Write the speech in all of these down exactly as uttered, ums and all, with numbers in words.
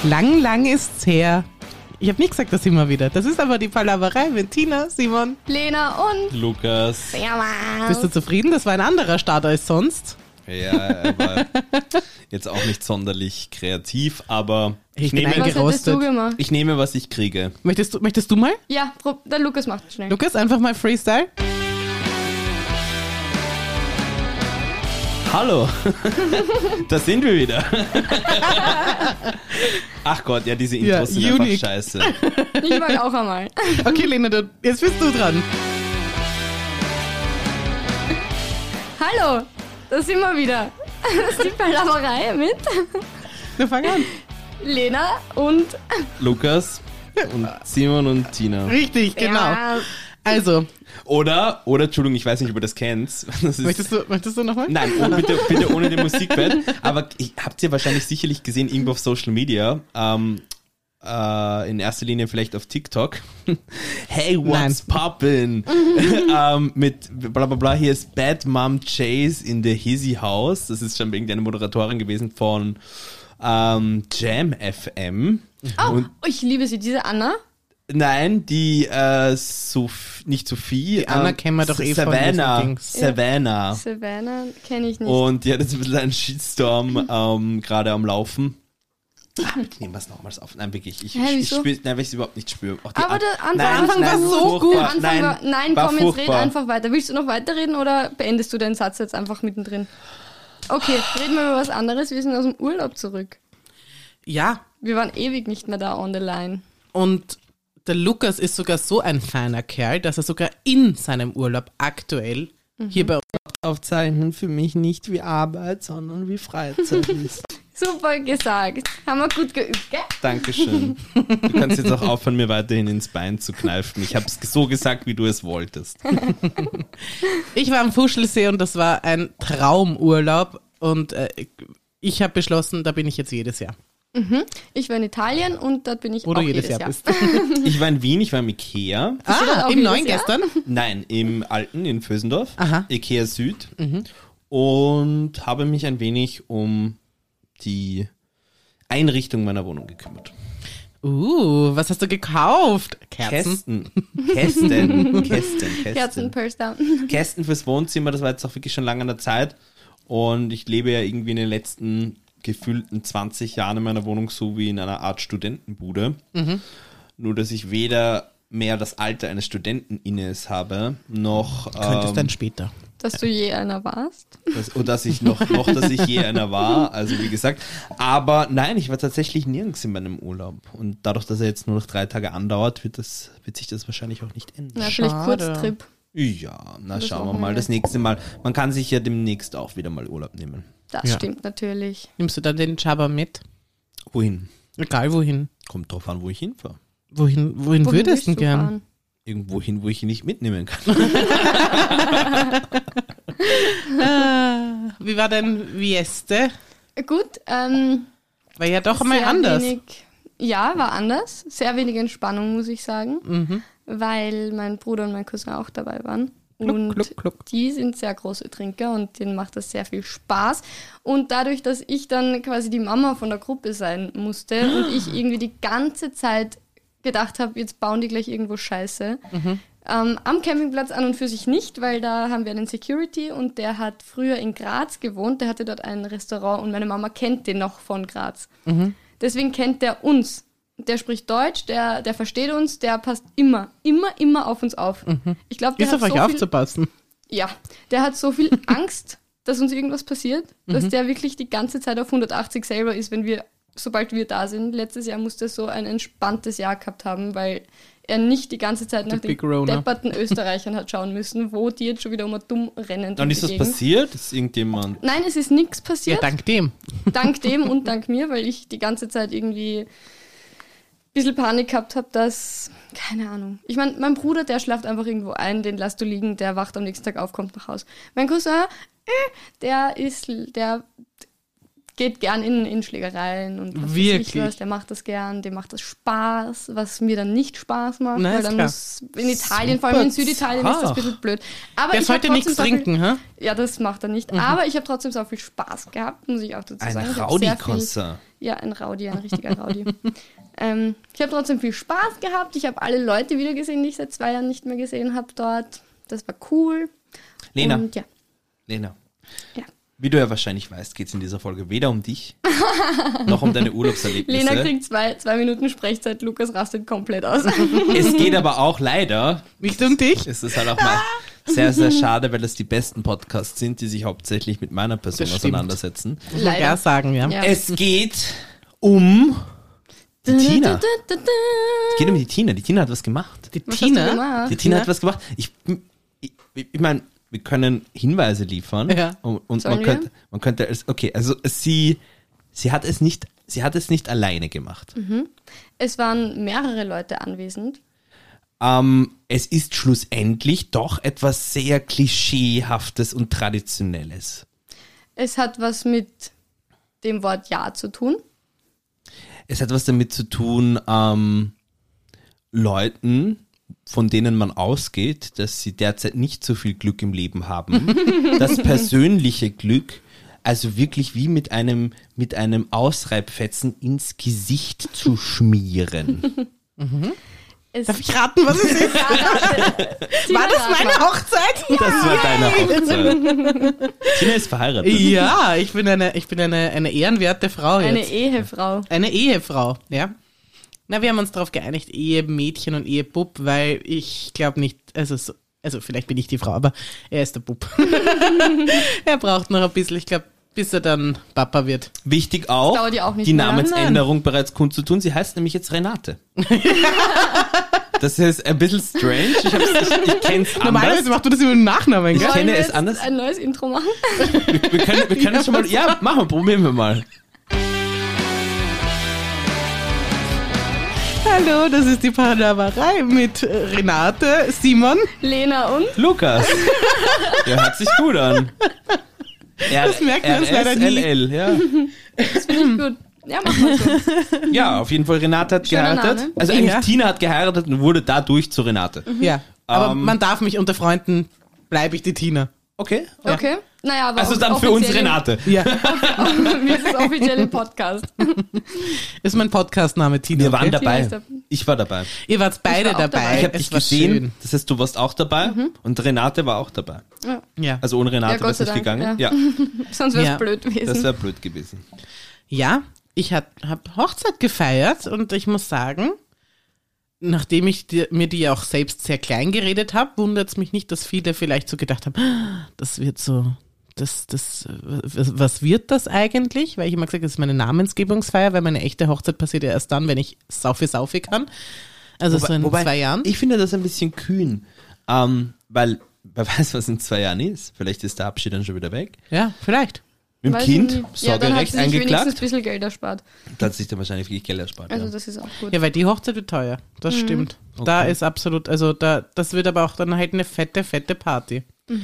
Lang, lang ist's her. Ich habe nie gesagt, das immer wieder. Das ist aber die Palaverei mit Tina, Simon, Lena und Lukas. Servus. Bist du zufrieden? Das war ein anderer Start als sonst. Ja, aber jetzt auch nicht sonderlich kreativ, aber ich, Ich bin nehme, Was hättest gerostet. du gemacht? ich nehme, was ich kriege. Möchtest du, möchtest du mal? Ja, prob- der Lukas macht es schnell. Lukas, einfach mal Freestyle. Hallo, da sind wir wieder. Ach Gott, ja, diese Intros Ja, sind einfach unique. scheiße. Ich mag auch einmal. Okay, Lena, du, jetzt bist du dran. Hallo, da sind wir wieder. Das ist die Palaverei mit Wir fangen an. Lena und... Lukas und Simon und Tina. Richtig, genau. Ja, Also, Oder, oder, Entschuldigung, ich weiß nicht, ob ihr das kennt. Das ist, möchtest du, möchtest du nochmal? Nein, oh, bitte, bitte ohne den Musikbett. Aber ich, habt ihr wahrscheinlich sicherlich gesehen, irgendwo auf Social Media, ähm, äh, in erster Linie vielleicht auf TikTok. Hey, what's poppin'? ähm, mit bla bla bla, hier ist Bad Mom Chase in the Hizzy House. Das ist schon irgendeine Moderatorin gewesen von ähm, Jam F M. oh, Und ich liebe sie, diese Anna. nein, die äh, Sof nicht Sophie. Die Anna ähm, kennen wir doch eh von Savannah. diesen Dings. Savannah. Savannah kenne ich nicht. Und die hat jetzt ein bisschen einen Shitstorm ähm, gerade am Laufen. Ah, bitte nehmen wir es nochmals auf. Nein, wirklich. Ich, Hä, ich, ich wieso? spüre, nein, weil ich es überhaupt nicht spüre. Auch die Aber An- der Anfang, Nein, Anfang nein, war so furchtbar. gut. Anfang Nein, war, nein, war komm, jetzt red furchtbar. einfach weiter. Willst du noch weiterreden oder beendest du deinen Satz jetzt einfach mittendrin? Okay, reden wir über was anderes. Wir sind aus dem Urlaub zurück. Ja, Wir waren ewig nicht mehr da on the line. und der Lukas ist sogar so ein feiner Kerl, dass er sogar in seinem Urlaub aktuell hier bei uns Aufzeichnen für mich nicht wie Arbeit, sondern wie Freizeit ist. Super gesagt. Haben wir gut geübt, gell? Dankeschön. Du kannst jetzt auch aufhören, mir weiterhin ins Bein zu kneifen. Ich habe es so gesagt, wie du es wolltest. Ich war am Fuschelsee und das war ein Traumurlaub und äh, ich habe beschlossen, da bin ich jetzt jedes Jahr. Ich war in Italien und dort bin ich Wo auch du jedes, jedes Jahr, bist. Ich war in Wien, ich war im Ikea. das Ah, auch im jedes neuen Jahr? gestern? Nein, im alten, in Vösendorf. Aha. Ikea Süd. Und habe mich ein wenig um die Einrichtung meiner Wohnung gekümmert. Uh, was hast du gekauft? Kerzen. Kästen. Kästen. Kästen. Kästen. Kerzen, Purse down. Kästen fürs Wohnzimmer, das war jetzt auch wirklich schon lange an der Zeit. Und ich lebe ja irgendwie in den letzten gefühlten zwanzig Jahren in meiner Wohnung so wie in einer Art Studentenbude. Mhm. Nur, dass ich weder mehr das Alter eines Studenten innes habe, noch Könntest ähm, dann später. Dass du je einer warst. das, oder dass ich noch, noch, dass ich je einer war. Also wie gesagt. Aber nein, ich war tatsächlich nirgends in meinem Urlaub. Und dadurch, dass er jetzt nur noch drei Tage andauert, wird, das, wird sich das wahrscheinlich auch nicht ändern. Na, vielleicht Schade. Kurztrip. Ja, na Das schauen wir machen mal wir. das nächste Mal. Man kann sich ja demnächst auch wieder mal Urlaub nehmen. Das Ja. stimmt natürlich. Nimmst du dann den Jabba mit? Wohin? Egal wohin. Kommt drauf an, wo ich hinfahre. Wohin, wohin, Wohin würdest du willst gern? fahren? Irgendwo hin, wo ich ihn nicht mitnehmen kann. Ah, wie war dein Vieste? Gut, ähm, War ja doch mal sehr anders. Wenig, ja, war anders. Sehr wenig Entspannung, muss ich sagen. Mhm. Weil mein Bruder und mein Cousin auch dabei waren. Kluck, und kluck, kluck. die sind sehr große Trinker und denen macht das sehr viel Spaß. Und dadurch, dass ich dann quasi die Mama von der Gruppe sein musste und ich irgendwie die ganze Zeit gedacht habe, jetzt bauen die gleich irgendwo Scheiße. Mhm. Ähm, am Campingplatz an und für sich nicht, weil da haben wir einen Security und der hat früher in Graz gewohnt, der hatte dort ein Restaurant und meine Mama kennt den noch von Graz. Mhm. Deswegen kennt der uns. Der spricht Deutsch, der, der versteht uns, der passt immer, immer, immer auf uns auf. Ich glaube, der Ist hat auf euch so viel, aufzupassen. ja, der hat so viel Angst, dass uns irgendwas passiert, dass der wirklich die ganze Zeit auf hundertachtzig selber ist, wenn wir, sobald wir da sind. Letztes Jahr musste er so ein entspanntes Jahr gehabt haben, weil er nicht die ganze Zeit nach den Big Rona. depperten Österreichern hat schauen müssen, wo die jetzt schon wieder immer dumm rennen. Dann durch ist was die Gegend. passiert? Ist irgendjemand... Nein, es ist nichts Ja, passiert. dank dem. Dank dem und dank mir, weil ich die ganze Zeit irgendwie ein bisschen Panik gehabt habe, dass, keine Ahnung. Ich meine, mein Bruder, der schlaft einfach irgendwo ein, den lässt du liegen, der wacht am nächsten Tag auf, kommt nach Hause. Mein Cousin, äh, der ist, der geht gern in, in Schlägereien und was Wirklich? weiß ich was, der macht das gern, dem macht das Spaß, was mir dann nicht Spaß macht, Na, weil ist dann klar. muss in Italien, vor allem in Süditalien ist das ein bisschen blöd. Aber Der ich hab sollte trotzdem nichts so viel- trinken, hä? Ja, das macht er nicht. Aber ich habe trotzdem so viel Spaß gehabt, muss ich auch dazu Ein sagen. Ich hab sehr viel- Rowdy-Cousin. Ja, ein Rowdy, ein richtiger Rowdy. ähm, ich habe trotzdem viel Spaß gehabt. Ich habe alle Leute wieder gesehen, die ich seit zwei Jahren nicht mehr gesehen habe dort. Das war cool. Lena, Und ja, Lena. Ja. Wie du ja wahrscheinlich weißt, geht es in dieser Folge weder um dich, noch um deine Urlaubserlebnisse. Lena kriegt zwei, zwei Minuten Sprechzeit, Lukas rastet komplett aus. Es geht aber auch leider, Richtung dich? es ist halt auch mal sehr, sehr schade, weil das die besten Podcasts sind, die sich hauptsächlich mit meiner Person Das stimmt. auseinandersetzen. Muss man Leider. ja sagen, ja. Ja. Es geht um die Tina. Es geht um die Tina. Die Tina hat was gemacht. Die Was hast du Tina, gemacht? Die Tina Ja. hat was gemacht. Ich, ich, ich meine, wir können Hinweise liefern. Ja. Und, und Sollen man wir? könnte, man könnte, es- okay, also sie, sie hat es nicht, sie hat es nicht alleine gemacht. Es waren mehrere Leute anwesend. Ähm, es ist schlussendlich doch etwas sehr Klischeehaftes und Traditionelles. Es hat was mit dem Wort Ja zu tun. Es hat was damit zu tun, ähm, Leuten, von denen man ausgeht, dass sie derzeit nicht so viel Glück im Leben haben, das persönliche Glück, also wirklich wie mit einem, mit einem Ausreibfetzen ins Gesicht zu schmieren. Es Darf ich raten, was es ist? War das meine Hochzeit? Das war deine Hochzeit. Tina ist verheiratet. Ja, ich bin eine, ich bin eine, eine ehrenwerte Frau eine jetzt. Ehefrau. Eine Ehefrau, ja. Na, wir haben uns darauf geeinigt, Ehemädchen und Ehebub, weil ich glaube nicht, also so, also vielleicht bin ich die Frau, aber er ist der Bub. Er braucht noch ein bisschen, ich glaube, bis er dann Papa wird. Wichtig auch, dauert ja auch nicht die mehr lang. Namensänderung bereits kundzutun. Sie heißt nämlich jetzt Renate. Das ist ein bisschen strange. Ich, hab's, ich, ich kenne es Normalerweise anders. machst du das über den Nachnamen, gell? Ich kenne Wollen wir es jetzt anders. ein neues Intro machen? Wir, wir können, wir können es schon mal. Ja, machen wir, probieren wir mal. Hallo, das ist die Panamerei mit äh, Renate, Simon. Lena und? Lukas. Der hört sich gut an. R- Das merkt man uns leider nie. R S L L, ja. Das finde ich gut. Ja, machen wir so. Ja, auf jeden Fall, Renate hat Schöner geheiratet. Name. Also eigentlich Ja. Tina hat geheiratet und wurde dadurch zu Renate. Ja, aber Ähm. man darf mich unter Freunden, bleibe ich die Tina. Okay. Ja. Okay. Naja, aber Also off- dann für uns offiziell im- Renate. Ja, Wie ist es offiziell im Podcast? ist mein Podcastname Tina. Wir waren okay? dabei. ist da- Ich war dabei. Ihr wart beide Ich war auch dabei. dabei. Ich habe Es dich war gesehen. schön. Das heißt, du warst auch dabei und Renate war auch dabei. Ja. Ja. Also ohne Renate Ja, wäre Gott es sei nicht Dank, gegangen. ja. Ja, Sonst wäre es Ja. blöd gewesen. das wäre blöd gewesen. Ja, ich habe Hochzeit gefeiert und ich muss sagen, nachdem ich die, mir die auch selbst sehr klein geredet habe, wundert es mich nicht, dass viele vielleicht so gedacht haben, "Ah, das wird so, das, das, was, was wird das eigentlich? Weil ich immer gesagt habe, das ist meine Namensgebungsfeier, weil meine echte Hochzeit passiert ja erst dann, wenn ich saufe saufe kann. Also so in zwei Jahren. Ich finde das ein bisschen kühn, ähm, weil wer weiß, was in zwei Jahren ist. Vielleicht ist der Abschied dann schon wieder weg. Ja, vielleicht. Mit dem Weiß Kind, ich nicht. Ja, dann hat Sorgerecht sie sich wenigstens eingeklagt. ein bisschen Geld erspart. Da hat sich dann wahrscheinlich wirklich Geld erspart. Also ja. das ist auch gut. Ja, weil die Hochzeit wird teuer. Das stimmt. Da Okay. ist absolut, also da, das wird aber auch dann halt eine fette, fette Party.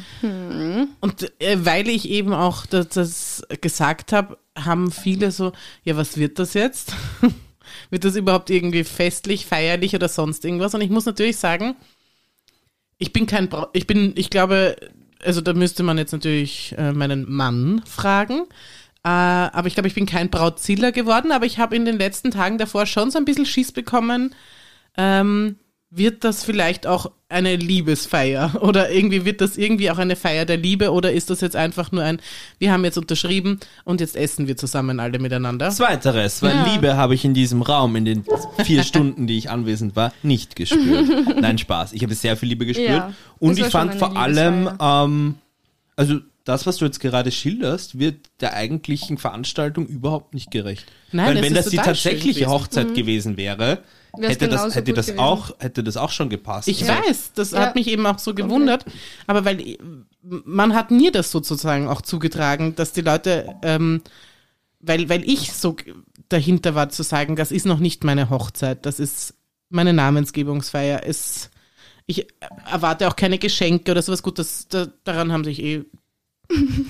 Und äh, weil ich eben auch das, das gesagt habe, haben viele so, ja, was wird das jetzt? Wird das überhaupt irgendwie festlich, feierlich oder sonst irgendwas? Und ich muss natürlich sagen, ich bin kein, Bra ich bin, ich glaube, also da müsste man jetzt natürlich äh, meinen Mann fragen, äh, aber ich glaube, ich bin kein Brautziller geworden, aber ich habe in den letzten Tagen davor schon so ein bisschen Schiss bekommen, ähm, wird das vielleicht auch eine Liebesfeier oder irgendwie wird das irgendwie auch eine Feier der Liebe oder ist das jetzt einfach nur ein, wir haben jetzt unterschrieben und jetzt essen wir zusammen alle miteinander? Zweiteres, weil Ja. Liebe habe ich in diesem Raum, in den vier Stunden, die ich anwesend war, nicht gespürt. Nein, Spaß. Ich habe sehr viel Liebe gespürt. Ja, und das ich war schon fand eine vor allem, Liebesfeier. ähm, also das, was du jetzt gerade schilderst, wird der eigentlichen Veranstaltung überhaupt nicht gerecht. Nein, weil das wenn ist das die total schön tatsächliche gewesen. Hochzeit gewesen wäre, Wär's hätte das, genauso hätte, gut das gewesen. auch, hätte das auch schon gepasst. Ich Also, weiß, das Ja. hat mich eben auch so gewundert, aber weil ich- man hat mir das sozusagen auch zugetragen, dass die Leute, ähm, weil, weil ich so dahinter war zu sagen, das ist noch nicht meine Hochzeit, das ist meine Namensgebungsfeier, es, ich erwarte auch keine Geschenke oder sowas, gut, das, da, daran haben sich eh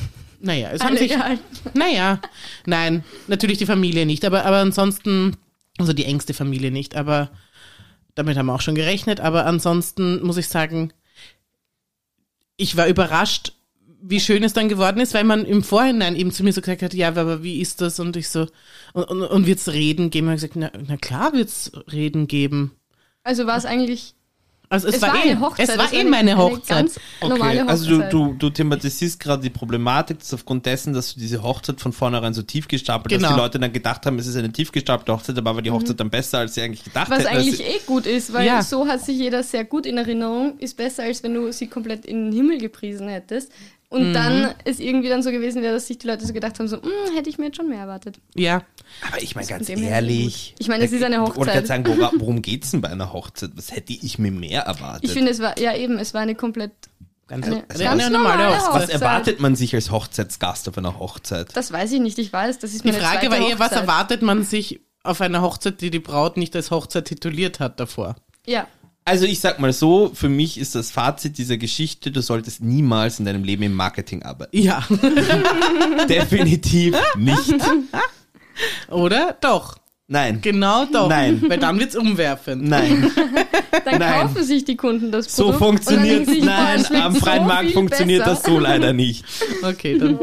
Naja, es Alle haben sich, gehalten. naja, nein, natürlich die Familie nicht, aber, aber ansonsten, also die engste Familie nicht, aber damit haben wir auch schon gerechnet, aber ansonsten muss ich sagen, ich war überrascht, wie schön es dann geworden ist, weil man im Vorhinein eben zu mir so gesagt hat, ja, aber wie ist das? Und ich so, und, und, und wird es Reden geben? Und ich gesagt, na, na klar wird es Reden geben. Also war es eigentlich, Also es, es war, war eh, eine Hochzeit. es war es eh eine, meine eine Hochzeit. ganz normale Hochzeit. Also du, du, du thematisierst gerade die Problematik, dass aufgrund dessen, dass du diese Hochzeit von vornherein so tief gestapelt, Genau. dass die Leute dann gedacht haben, es ist eine tief gestapelte Hochzeit, aber war die Hochzeit dann besser, als sie eigentlich gedacht Was hätten. eigentlich dass sie- eh gut ist, weil Ja. so hat sich jeder sehr gut in Erinnerung, ist besser, als wenn du sie komplett in den Himmel gepriesen hättest. Und Mhm. dann es irgendwie dann so gewesen wäre, dass sich die Leute so gedacht haben, so, "Mm, hätte ich mir jetzt schon mehr erwartet. Ja, Aber ich meine ganz von dem her ehrlich. Ich meine, es ist eine Ich wollte Hochzeit. gerade sagen, wora, worum geht's denn bei einer Hochzeit? Was hätte ich mir mehr erwartet? Ich finde, es war, ja eben, es war eine komplett, ganz, eine eine, ganz eine normale normale Hochzeit. Hochzeit. Was erwartet man sich als Hochzeitsgast auf einer Hochzeit? das weiß ich nicht, ich weiß, das ist Die meine Frage war zweite eher, was Hochzeit. erwartet man sich auf einer Hochzeit, die die Braut nicht als Hochzeit tituliert hat davor? Ja, Also ich sag mal so, für mich ist das Fazit dieser Geschichte, du solltest niemals in deinem Leben im Marketing arbeiten. Ja, Definitiv nicht. oder? Doch. Nein. Genau doch. Nein. Weil dann wird's umwerfend. Nein. dann Nein. kaufen sich die Kunden das So Produkt. und dann funktioniert denken sich, boah, Nein, es schmeckt am so freien Markt viel funktioniert besser. das so leider nicht. Okay, dann.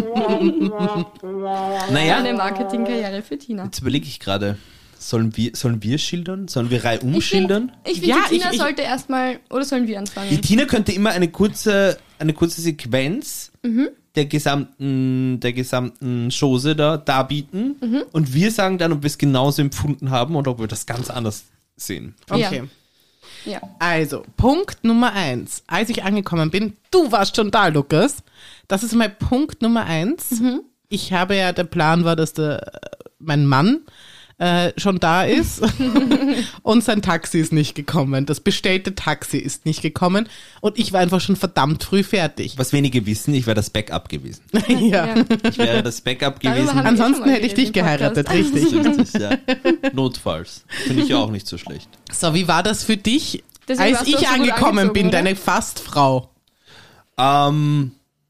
Naja, Eine Marketingkarriere für Tina. jetzt überlege ich gerade, sollen wir, sollen wir schildern? Sollen wir reihum schildern? Ich finde, Ja, die Tina ich- ich- sollte erstmal, oder sollen wir anfangen? Die Tina könnte immer eine kurze, eine kurze Sequenz der gesamten, der gesamten Chose da darbieten und wir sagen dann, ob wir es genauso empfunden haben oder ob wir das ganz anders sehen. Okay. Ja. Also, Punkt Nummer eins. Als ich angekommen bin, du warst schon da, Lukas. Das ist mein Punkt Nummer eins. Ich habe ja, der Plan war, dass der, mein Mann äh, schon da ist und sein Taxi ist nicht gekommen. Das bestellte Taxi ist nicht gekommen und ich war einfach schon verdammt früh fertig. Was wenige wissen, ich wäre das Backup gewesen. ja. Ja. Ich wäre das Backup Darüber gewesen. haben wir Ansonsten schon mal hätte ich dich geredet im geheiratet, Podcast. richtig. Richtig, ja. Notfalls. Finde ich ja auch nicht so schlecht. So, wie war das für dich, Deswegen als warst du ich auch so gut angekommen angezogen, bin, oder? deine Fastfrau? Ähm,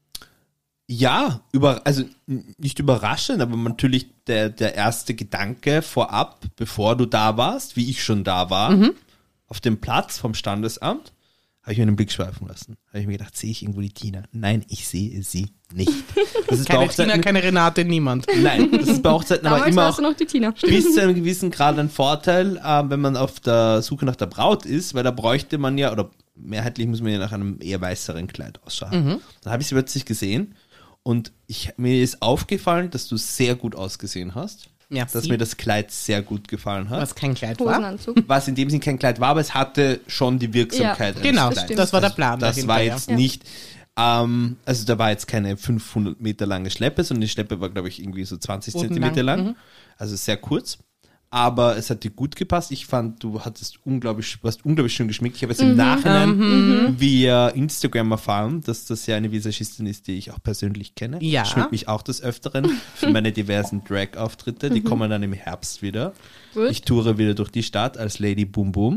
ja, über, also n- nicht überraschend, aber natürlich der, der erste Gedanke vorab, bevor du da warst, wie ich schon da war, auf dem Platz vom Standesamt, habe ich mir einen Blick schweifen lassen. Habe ich mir gedacht, sehe ich irgendwo die Tina? Nein, ich sehe sie nicht. Das ist bei Keine Tina, Hochzeiten, keine Renate, niemand. nein, das ist bei Hochzeiten aber Damals immer warst auch du noch die Tina. bis zu einem gewissen Grad ein Vorteil, äh, wenn man auf der Suche nach der Braut ist, weil da bräuchte man ja, oder mehrheitlich muss man ja nach einem eher weißeren Kleid ausschauen. Dann habe ich sie plötzlich gesehen und ich, mir ist aufgefallen, dass du sehr gut ausgesehen hast. Merci. Dass mir das Kleid sehr gut gefallen hat. Was kein Kleid war. Hosenanzug. Was in dem Sinn kein Kleid war, aber es hatte schon die Wirksamkeit Ja, eines Genau, Kleids. stimmt. das war der Plan Das dahinter, war ja. jetzt Ja. nicht, ähm, also da war jetzt keine fünfhundert Meter lange Schleppe, sondern die Schleppe war, glaube ich, irgendwie so zwanzig Bodenlang, Zentimeter lang. mhm. Also sehr kurz. Aber es hat dir gut gepasst. Ich fand, du hattest unglaublich, du hast unglaublich schön geschminkt. Ich habe jetzt im Nachhinein via Instagram erfahren, dass das ja eine Visagistin ist, die ich auch persönlich kenne. Ja. Ich schmink mich auch des Öfteren für meine diversen Drag-Auftritte. Die kommen dann im Herbst wieder. Gut. Ich toure wieder durch die Stadt als Lady Boom Boom.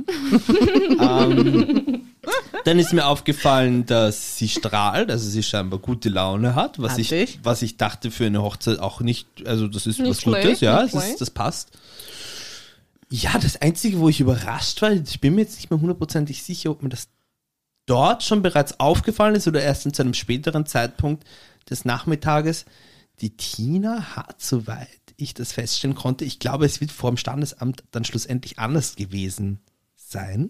ähm, dann ist mir aufgefallen, dass sie strahlt, also sie scheinbar gute Laune hat, was Hat ich, ich. was ich dachte für eine Hochzeit auch nicht, also das ist Nicht was Gutes, schlecht, ja, nicht es ist, schlecht. das passt. Ja, das Einzige, wo ich überrascht war, ich bin mir jetzt nicht mehr hundertprozentig sicher, ob mir das dort schon bereits aufgefallen ist oder erst zu einem späteren Zeitpunkt des Nachmittages. Die Tina hat, soweit ich das feststellen konnte, ich glaube, es wird vor dem Standesamt dann schlussendlich anders gewesen sein.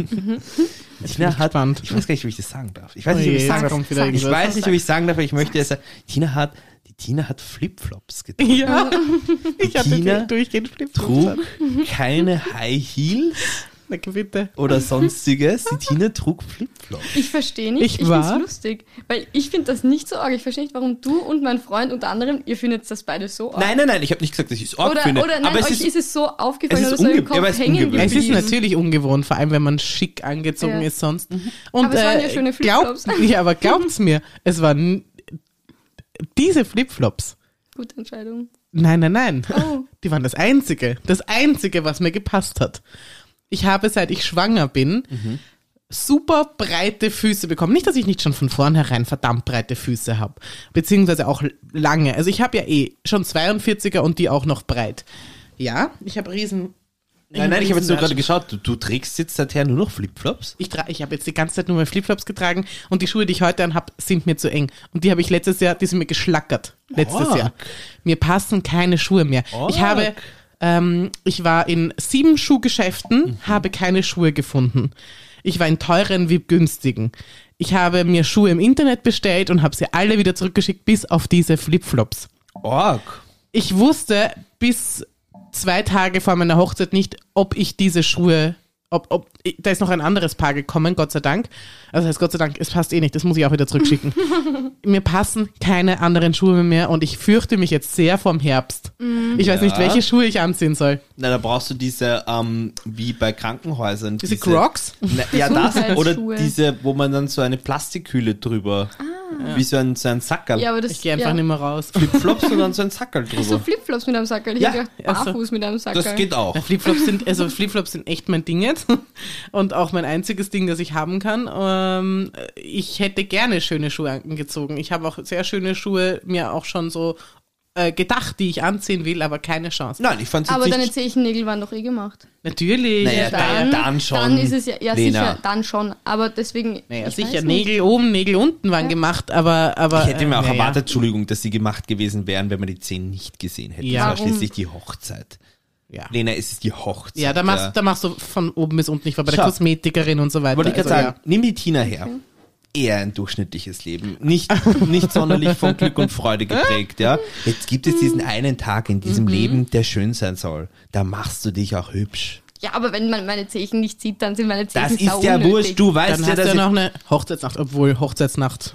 Tina hat, gespannt. ich weiß gar nicht, ob ich das sagen darf. Ich weiß Oh nicht, ob je, ich jetzt sagen darf. kommt wieder Ich irgendwas. weiß nicht, ob ich sagen darf, aber ich möchte es sagen. Tina hat, die Tina hat Flipflops getragen. Ja, ich hatte Tina durchgehend Flipflops Trug an. keine High Heels Na, bitte. oder sonstiges. Die Tina trug Flipflops. Ich verstehe nicht, Ich ich, war- finde es lustig. Weil ich finde das nicht so arg. Ich verstehe nicht, warum du und mein Freund unter anderem, ihr findet das beide so arg. Nein, nein, nein, ich habe nicht gesagt, dass ich es arg Oder, finde. oder nein, aber es euch ist, ist, es so aufgefallen es ist oder so im unge- Kopf ja, aber es ist hängen ungewöhnlich. Es ist geblieben. natürlich ungewohnt, vor allem wenn man schick angezogen Ja. ist sonst. Und, Aber es waren ja äh, schöne glaubt, Flipflops. ja, aber glaubt's mir, es waren diese Flipflops. Gute Entscheidung. Nein, nein, nein. Oh. Die waren das Einzige. Das Einzige, was mir gepasst hat. Ich habe, seit ich schwanger bin, super breite Füße bekommen. Nicht, dass ich nicht schon von vornherein verdammt breite Füße habe, beziehungsweise auch lange. Also ich habe ja eh schon zweiundvierziger und die auch noch breit. Ja, ich habe riesen... Nein, nein, ich habe jetzt nur gerade geschaut, du, du trägst jetzt seither nur noch Flipflops? Ich, tra- ich habe jetzt die ganze Zeit nur mehr Flipflops getragen und die Schuhe, die ich heute anhab, sind mir zu eng. Und die habe ich letztes Jahr, die sind mir geschlackert. Letztes Org. Jahr. Mir passen keine Schuhe mehr. Org. Ich habe, ähm, ich war in sieben Schuhgeschäften, mhm. habe keine Schuhe gefunden. Ich war in teuren wie günstigen. Ich habe mir Schuhe im Internet bestellt und habe sie alle wieder zurückgeschickt, bis auf diese Flipflops. Org. Ich wusste bis zwei Tage vor meiner Hochzeit nicht, ob ich diese Schuhe, ob, ob, da ist noch ein anderes Paar gekommen, Gott sei Dank. Also das heißt, Gott sei Dank, es passt eh nicht, das muss ich auch wieder zurückschicken. Mir passen keine anderen Schuhe mehr und ich fürchte mich jetzt sehr vom Herbst. Mm. Ich weiß Ja. nicht, welche Schuhe ich anziehen soll. Na, da brauchst du diese, ähm, wie bei Krankenhäusern. Diese, diese Crocs? Na, ja, das. Oder Gesundheitsschuhe. diese, wo man dann so eine Plastikhülle drüber, wie so ein, so ein Sackerl. Ja, aber das, Ich gehe einfach ja. nicht mehr raus. Flipflops und dann so ein Sackerl drüber. So Flipflops mit einem Sackerl. Ich Ja, hab gedacht, ja, so. barfuß mit einem Sackerl. Das geht auch. Na, Flipflops sind, also Flipflops sind echt mein Ding jetzt und auch mein einziges Ding, das ich haben kann. Ähm, ich hätte gerne schöne Schuhe angezogen. Ich habe auch sehr schöne Schuhe mir auch schon so äh, gedacht, die ich anziehen will, aber keine Chance. Nein, ich fand's jetzt Aber deine nicht... Zehennägel waren doch eh gemacht. Natürlich. Naja, dann, dann schon, Dann ist es ja, ja Lena. sicher, dann schon. Aber deswegen. Naja, ich sicher, weiß nicht. Nägel oben, Nägel unten waren gemacht, aber, aber. Ich hätte mir auch äh, naja. erwartet, Entschuldigung, dass sie gemacht gewesen wären, wenn man die Zehen nicht gesehen hätte. Ja. Das war Warum? schließlich die Hochzeit. Ja. Lena, es ist die Hochzeit. Ja, da machst, da machst du von oben bis unten. Ich war bei der Schau. Kosmetikerin und so weiter. Wollte ich gerade Also, sagen, nimm die Tina her. Eher ein durchschnittliches Leben. Nicht, nicht sonderlich von Glück und Freude geprägt, ja. Jetzt gibt es diesen einen Tag in diesem Leben, der schön sein soll. Da machst du dich auch hübsch. Ja, aber wenn man meine Zeichen nicht sieht, dann sind meine Zeichen Das ist sau ja unnötig. wurscht, du weißt Dann ja, hast du dass ja ich, noch eine Hochzeitsnacht, obwohl Hochzeitsnacht.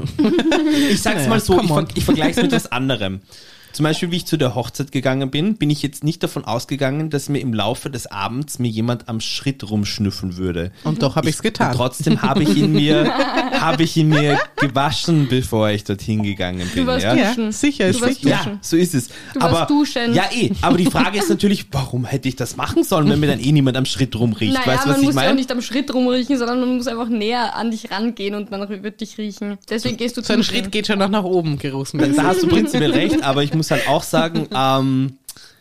ich sag's Naja, mal so, come ich, on. ver ich vergleiche es mit was anderem. Zum Beispiel, wie ich zu der Hochzeit gegangen bin, bin ich jetzt nicht davon ausgegangen, dass mir im Laufe des Abends mir jemand am Schritt rumschnüffeln würde. Und doch habe ich's getan. Und trotzdem habe ich ihn mir, habe ich ihn mir gewaschen, bevor ich dorthin gegangen bin. Du warst ja? duschen. Ja, sicher, Du ist warst sicher. duschen. Ja, so ist es. Du aber, warst duschen. Ja, eh. Aber die Frage ist natürlich, warum hätte ich das machen sollen, wenn mir dann eh niemand am Schritt rumriecht? Naja, weißt du, was man ich muss ja auch meine? nicht am Schritt rumriechen, sondern man muss einfach näher an dich rangehen und man wird dich riechen. Deswegen gehst du So ein duschen. Schritt geht schon noch nach oben, geruchsmäßig. Da hast du prinzipiell recht, aber ich muss halt auch sagen, ähm,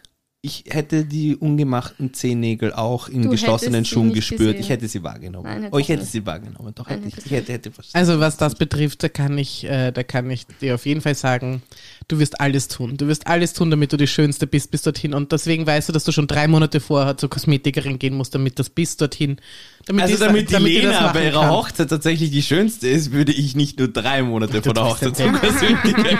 ich hätte die ungemachten Zehennägel auch in Du geschlossenen hättest sie Schuhen nicht gespürt. gesehen. Ich hätte sie wahrgenommen. Nein, hättest oh, ich du hätte nicht. sie wahrgenommen. Doch, Nein, hätte ich. hättest Ich du hätte, hätte verstanden. Also was das betrifft, da kann ich, äh, da kann ich dir auf jeden Fall sagen, du wirst alles tun. Du wirst alles tun, damit du die Schönste bist bis dorthin. Und deswegen weißt du, dass du schon drei Monate vorher zur Kosmetikerin gehen musst, damit das bis dorthin. Damit Also die- damit die damit die das Lena machen bei ihrer kann. Hochzeit tatsächlich die schönste ist, würde ich nicht nur drei Monate vor der bist Hochzeit ein zum Kosmetiker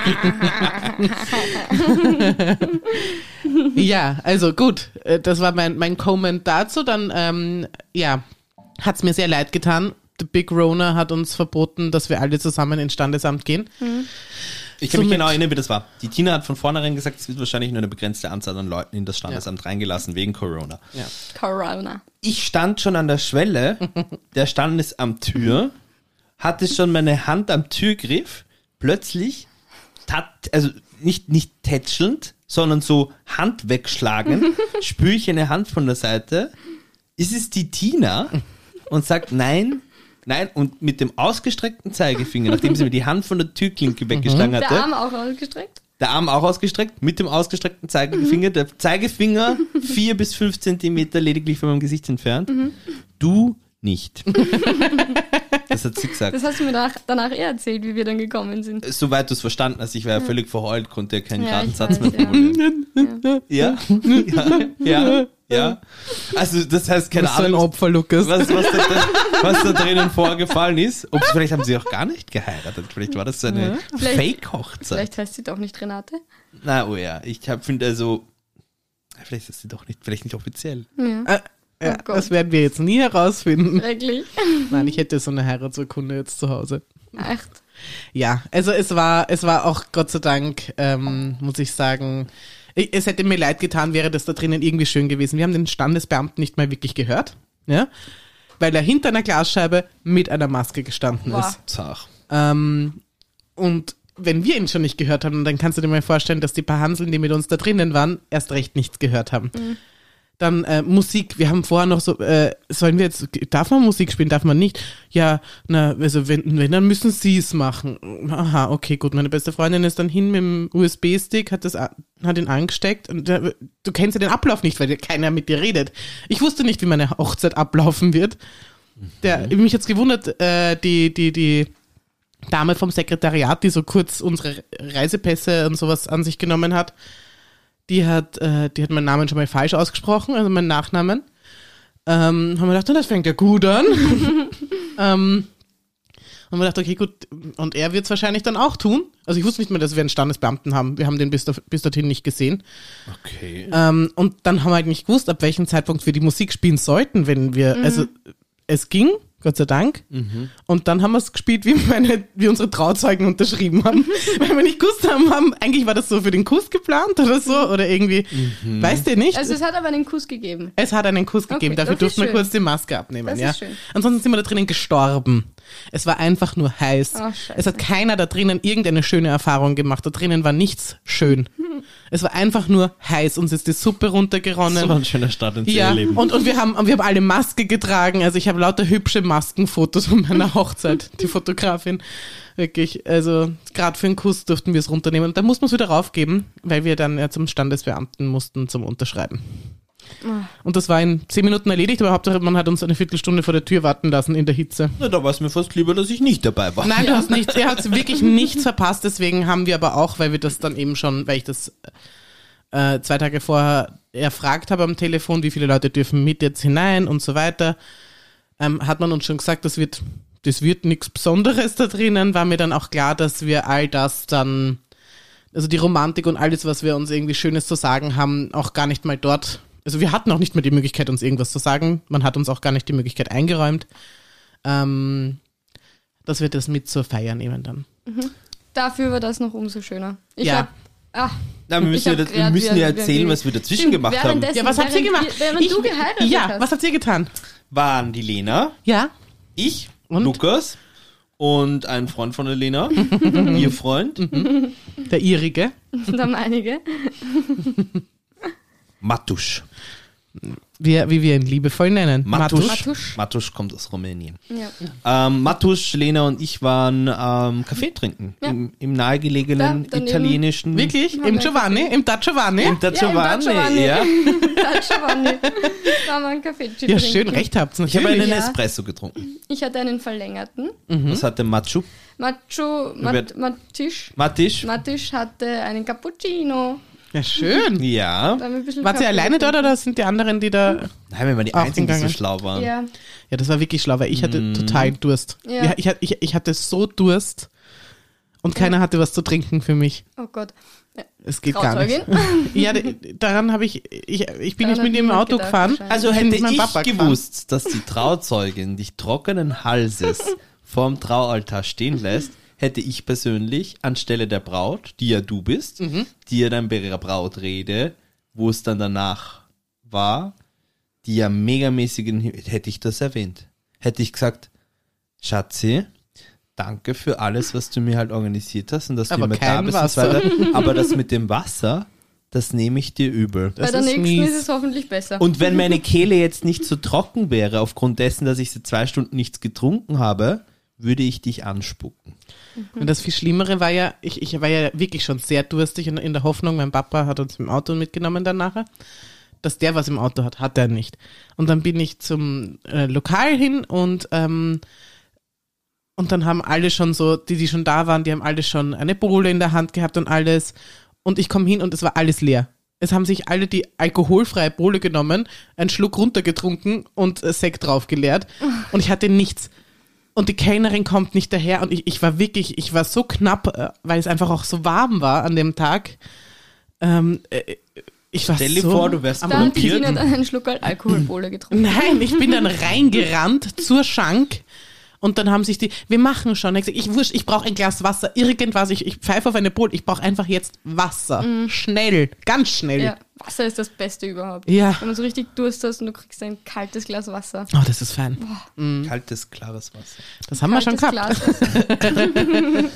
gehen. Ja, also gut, äh, das war mein, mein Comment dazu. Dann, ähm, ja, hat's mir sehr leid getan. The Big Rona hat uns verboten, dass wir alle zusammen ins Standesamt gehen. Ich kann mich Somit- genau erinnern, wie das war. Die Tina hat von vornherein gesagt, es wird wahrscheinlich nur eine begrenzte Anzahl an Leuten in das Standesamt reingelassen, wegen Corona. Ja. Corona. Ich stand schon an der Schwelle, der Standesamttür, hatte schon meine Hand am Türgriff, plötzlich, tat, also nicht, nicht tätschelnd, sondern so Hand wegschlagen, spüre ich eine Hand von der Seite, ist es die Tina und sagt nein, nein, und mit dem ausgestreckten Zeigefinger, nachdem sie mir die Hand von der Türklinke weggeschlagen hatte, Der Arm auch ausgestreckt? der Arm auch ausgestreckt, mit dem ausgestreckten Zeigefinger, der Zeigefinger vier bis fünf Zentimeter lediglich von meinem Gesicht entfernt. Du nicht. Das hat sie gesagt. Das hast du mir danach, danach eher erzählt, wie wir dann gekommen sind. Soweit du es verstanden hast, ich war ja völlig verheult, konnte ja keinen Ja, geraden ich Satz weiß, mehr formulieren. Ja. Ja, ja, ja. Also das heißt, keine Du bist so ein Ahnung, Opfer, Lukas. was, was, da, was da drinnen vorgefallen ist. Ob vielleicht haben sie auch gar nicht geheiratet. Vielleicht war das so eine Vielleicht- Fake-Hochzeit. Vielleicht heißt sie doch nicht Renate. Na, oh ja, ich finde also, vielleicht ist sie doch nicht, vielleicht nicht offiziell. Ja. Äh, ja, Oh Gott. das werden wir jetzt nie herausfinden. Schrecklich. Nein, ich hätte so eine Heiratsurkunde jetzt zu Hause. Echt. Ja, also es war, es war auch Gott sei Dank, ähm, muss ich sagen, ich, es hätte mir leid getan, wäre das da drinnen irgendwie schön gewesen. Wir haben den Standesbeamten nicht mal wirklich gehört, ja, weil er hinter einer Glasscheibe mit einer Maske gestanden Wow. ist. Zach. Ähm, und wenn wir ihn schon nicht gehört haben, dann kannst du dir mal vorstellen, dass die paar Hanseln, die mit uns da drinnen waren, erst recht nichts gehört haben. Dann äh, Musik, wir haben vorher noch so, äh, sollen wir jetzt, darf man Musik spielen, darf man nicht? Ja, na, also wenn, wenn dann müssen sie es machen. Aha, okay, gut, meine beste Freundin ist dann hin mit dem U S B-Stick, hat das, hat ihn angesteckt und äh, du kennst ja den Ablauf nicht, weil keiner mit dir redet. Ich wusste nicht, wie meine Hochzeit ablaufen wird. Der, mhm. mich jetzt gewundert, äh, die, die, die Dame vom Sekretariat, die so kurz unsere Reisepässe und sowas an sich genommen hat, Die hat, äh, die hat meinen Namen schon mal falsch ausgesprochen, also meinen Nachnamen. Ähm, haben wir gedacht, das fängt ja gut an. ähm, und wir gedacht, okay, gut, und er wird es wahrscheinlich dann auch tun. Also ich wusste nicht mehr, dass wir einen Standesbeamten haben. Wir haben den bis, da, bis dorthin nicht gesehen. Okay. Ähm, und dann haben wir halt nicht gewusst, ab welchem Zeitpunkt wir die Musik spielen sollten, wenn wir, mhm. also es ging, Gott sei Dank. Mhm. Und dann haben wir es gespielt, wie, meine, wie unsere Trauzeugen unterschrieben haben. Weil wir nicht gewusst haben, haben, eigentlich war das so für den Kuss geplant oder so. Oder irgendwie, mhm. weißt du nicht? Also es hat aber einen Kuss gegeben. Es hat einen Kuss gegeben, okay, dafür durften wir kurz die Maske abnehmen. Das ja. ist schön. Ansonsten sind wir da drinnen gestorben. Es war einfach nur heiß. Oh, es hat keiner da drinnen irgendeine schöne Erfahrung gemacht. Da drinnen war nichts schön. Hm. Es war einfach nur heiß. Uns ist die Suppe runtergeronnen. Das war ein schöner Start ins ja, Leben. Und, und wir haben, und wir haben alle Maske getragen. Also ich habe lauter hübsche Maskenfotos von meiner Hochzeit. Die Fotografin. Wirklich. Also gerade für einen Kuss durften wir es runternehmen. Und dann mussten wir es wieder raufgeben, weil wir dann ja zum Standesbeamten mussten zum Unterschreiben. Und das war in zehn Minuten erledigt, aber Hauptsache man hat uns eine Viertelstunde vor der Tür warten lassen in der Hitze. Na, da war es mir fast lieber, dass ich nicht dabei war. Nein, du hast nichts, ihr habt wirklich nichts verpasst, deswegen haben wir aber auch, weil wir das dann eben schon, weil ich das äh, zwei Tage vorher erfragt habe am Telefon, wie viele Leute dürfen mit jetzt hinein und so weiter, ähm, hat man uns schon gesagt, das wird, das wird nichts Besonderes da drinnen, war mir dann auch klar, dass wir all das dann, also die Romantik und alles, was wir uns irgendwie Schönes zu sagen haben, auch gar nicht mal dort. Also wir hatten auch nicht mehr die Möglichkeit, uns irgendwas zu sagen. Man hat uns auch gar nicht die Möglichkeit eingeräumt, ähm, dass wir das mit zur Feier nehmen dann. Mhm. Dafür war das noch umso schöner. Ich ja. hab, ach, Na, wir müssen, ja, das, wir müssen ja erzählen, was wir dazwischen Stimmt, gemacht haben. Ja, was habt ihr gemacht? Wir, während ich, du geheiratet ja, hast. was habt ihr getan? Waren die Lena, Ja. ich, Und? Lukas und ein Freund von der Lena, ihr Freund. Mhm. Der ihrige. Der meinige. Matusch. Wie, wie wir ihn liebevoll nennen. Matusch. Matusch. Matusch kommt aus Rumänien. Ja. Ähm, Matusch, Lena und ich waren ähm, Kaffee trinken. Ja. Im, im nahegelegenen Da, daneben. italienischen... Wirklich? Haben Im wir Giovanni? Im Da Giovanni? Im Da Giovanni, Ja, im Da Giovanni. ja. Da Giovanni. Da haben wir einen Kaffee Ja, trinken. schön, recht habt ihr Ich habe natürlich. einen Ja. Espresso getrunken. Ich hatte einen verlängerten. Mhm. Was hatte Machu? Macho, Mat, wird- Matisch. Matisch? Matisch hatte einen Cappuccino. Ja, schön. Ja. Da haben wir ein bisschen Wart ihr Kaffee alleine dort getrunken. oder sind die anderen, die da... Nein, wir waren die Auch Einzigen, die so gegangen. schlau waren. Ja. Ja, das war wirklich schlau, weil ich hatte total Durst. Ja. Ja. Ich, ich, ich, ich hatte so Durst und keiner hatte was zu trinken für mich. Oh Gott. Ja. Es geht gar nicht. Trauzeugin. Ja, d- daran habe ich, ich, ich bin Daran nicht mit hat dem niemand Auto gedacht, gefahren. wahrscheinlich. Also Ich bin hätte mit meinem ich Papa gewusst, dass die Trauzeugin dich trockenen Halses vorm Traualtar stehen lässt, hätte ich persönlich anstelle der Braut, die ja du bist, Mhm. die ja dann bei ihrer Brautrede, wo es dann danach war, die ja megamäßigen, hätte ich das erwähnt. Hätte ich gesagt, Schatzi, danke für alles, was du mir halt organisiert hast und dass Aber du immer da kein bist und so Wasser. weiter. Aber das mit dem Wasser, das nehme ich dir übel. Das Bei der ist nächsten mies. ist es hoffentlich besser. Und wenn meine Kehle jetzt nicht so trocken wäre, aufgrund dessen, dass ich seit zwei Stunden nichts getrunken habe, würde ich dich anspucken. Und das viel Schlimmere war ja, ich, ich war ja wirklich schon sehr durstig in, in der Hoffnung, mein Papa hat uns im Auto mitgenommen dann nachher, dass der was im Auto hat, hat er nicht. Und dann bin ich zum äh, Lokal hin und ähm, und dann haben alle schon so, die, die schon da waren, die haben alle schon eine Bowle in der Hand gehabt und alles. Und ich komme hin und es war alles leer. Es haben sich alle die alkoholfreie Bowle genommen, einen Schluck runtergetrunken und äh, Sekt draufgeleert. Und ich hatte nichts. Und die Kellnerin kommt nicht daher und ich, ich war wirklich, ich war so knapp, äh, weil es einfach auch so warm war an dem Tag. Ähm, äh, ich war Stell dir so vor, du wärst am Da hat blockiert. Christine dann einen Schluck Alkoholbowle getrunken. Nein, ich bin dann reingerannt zur Schank und dann haben sich die, wir machen schon, ich, sag, ich, wurscht, ich brauche ein Glas Wasser, irgendwas, ich, ich pfeife auf eine Bowl, ich brauche einfach jetzt Wasser, schnell, ganz schnell. Ja, Wasser ist das Beste überhaupt. Ja. Wenn man so richtig Durst hast und du kriegst ein kaltes Glas Wasser. Oh, das ist fein. Mhm. Kaltes, klares Wasser. Das haben kaltes wir schon gehabt.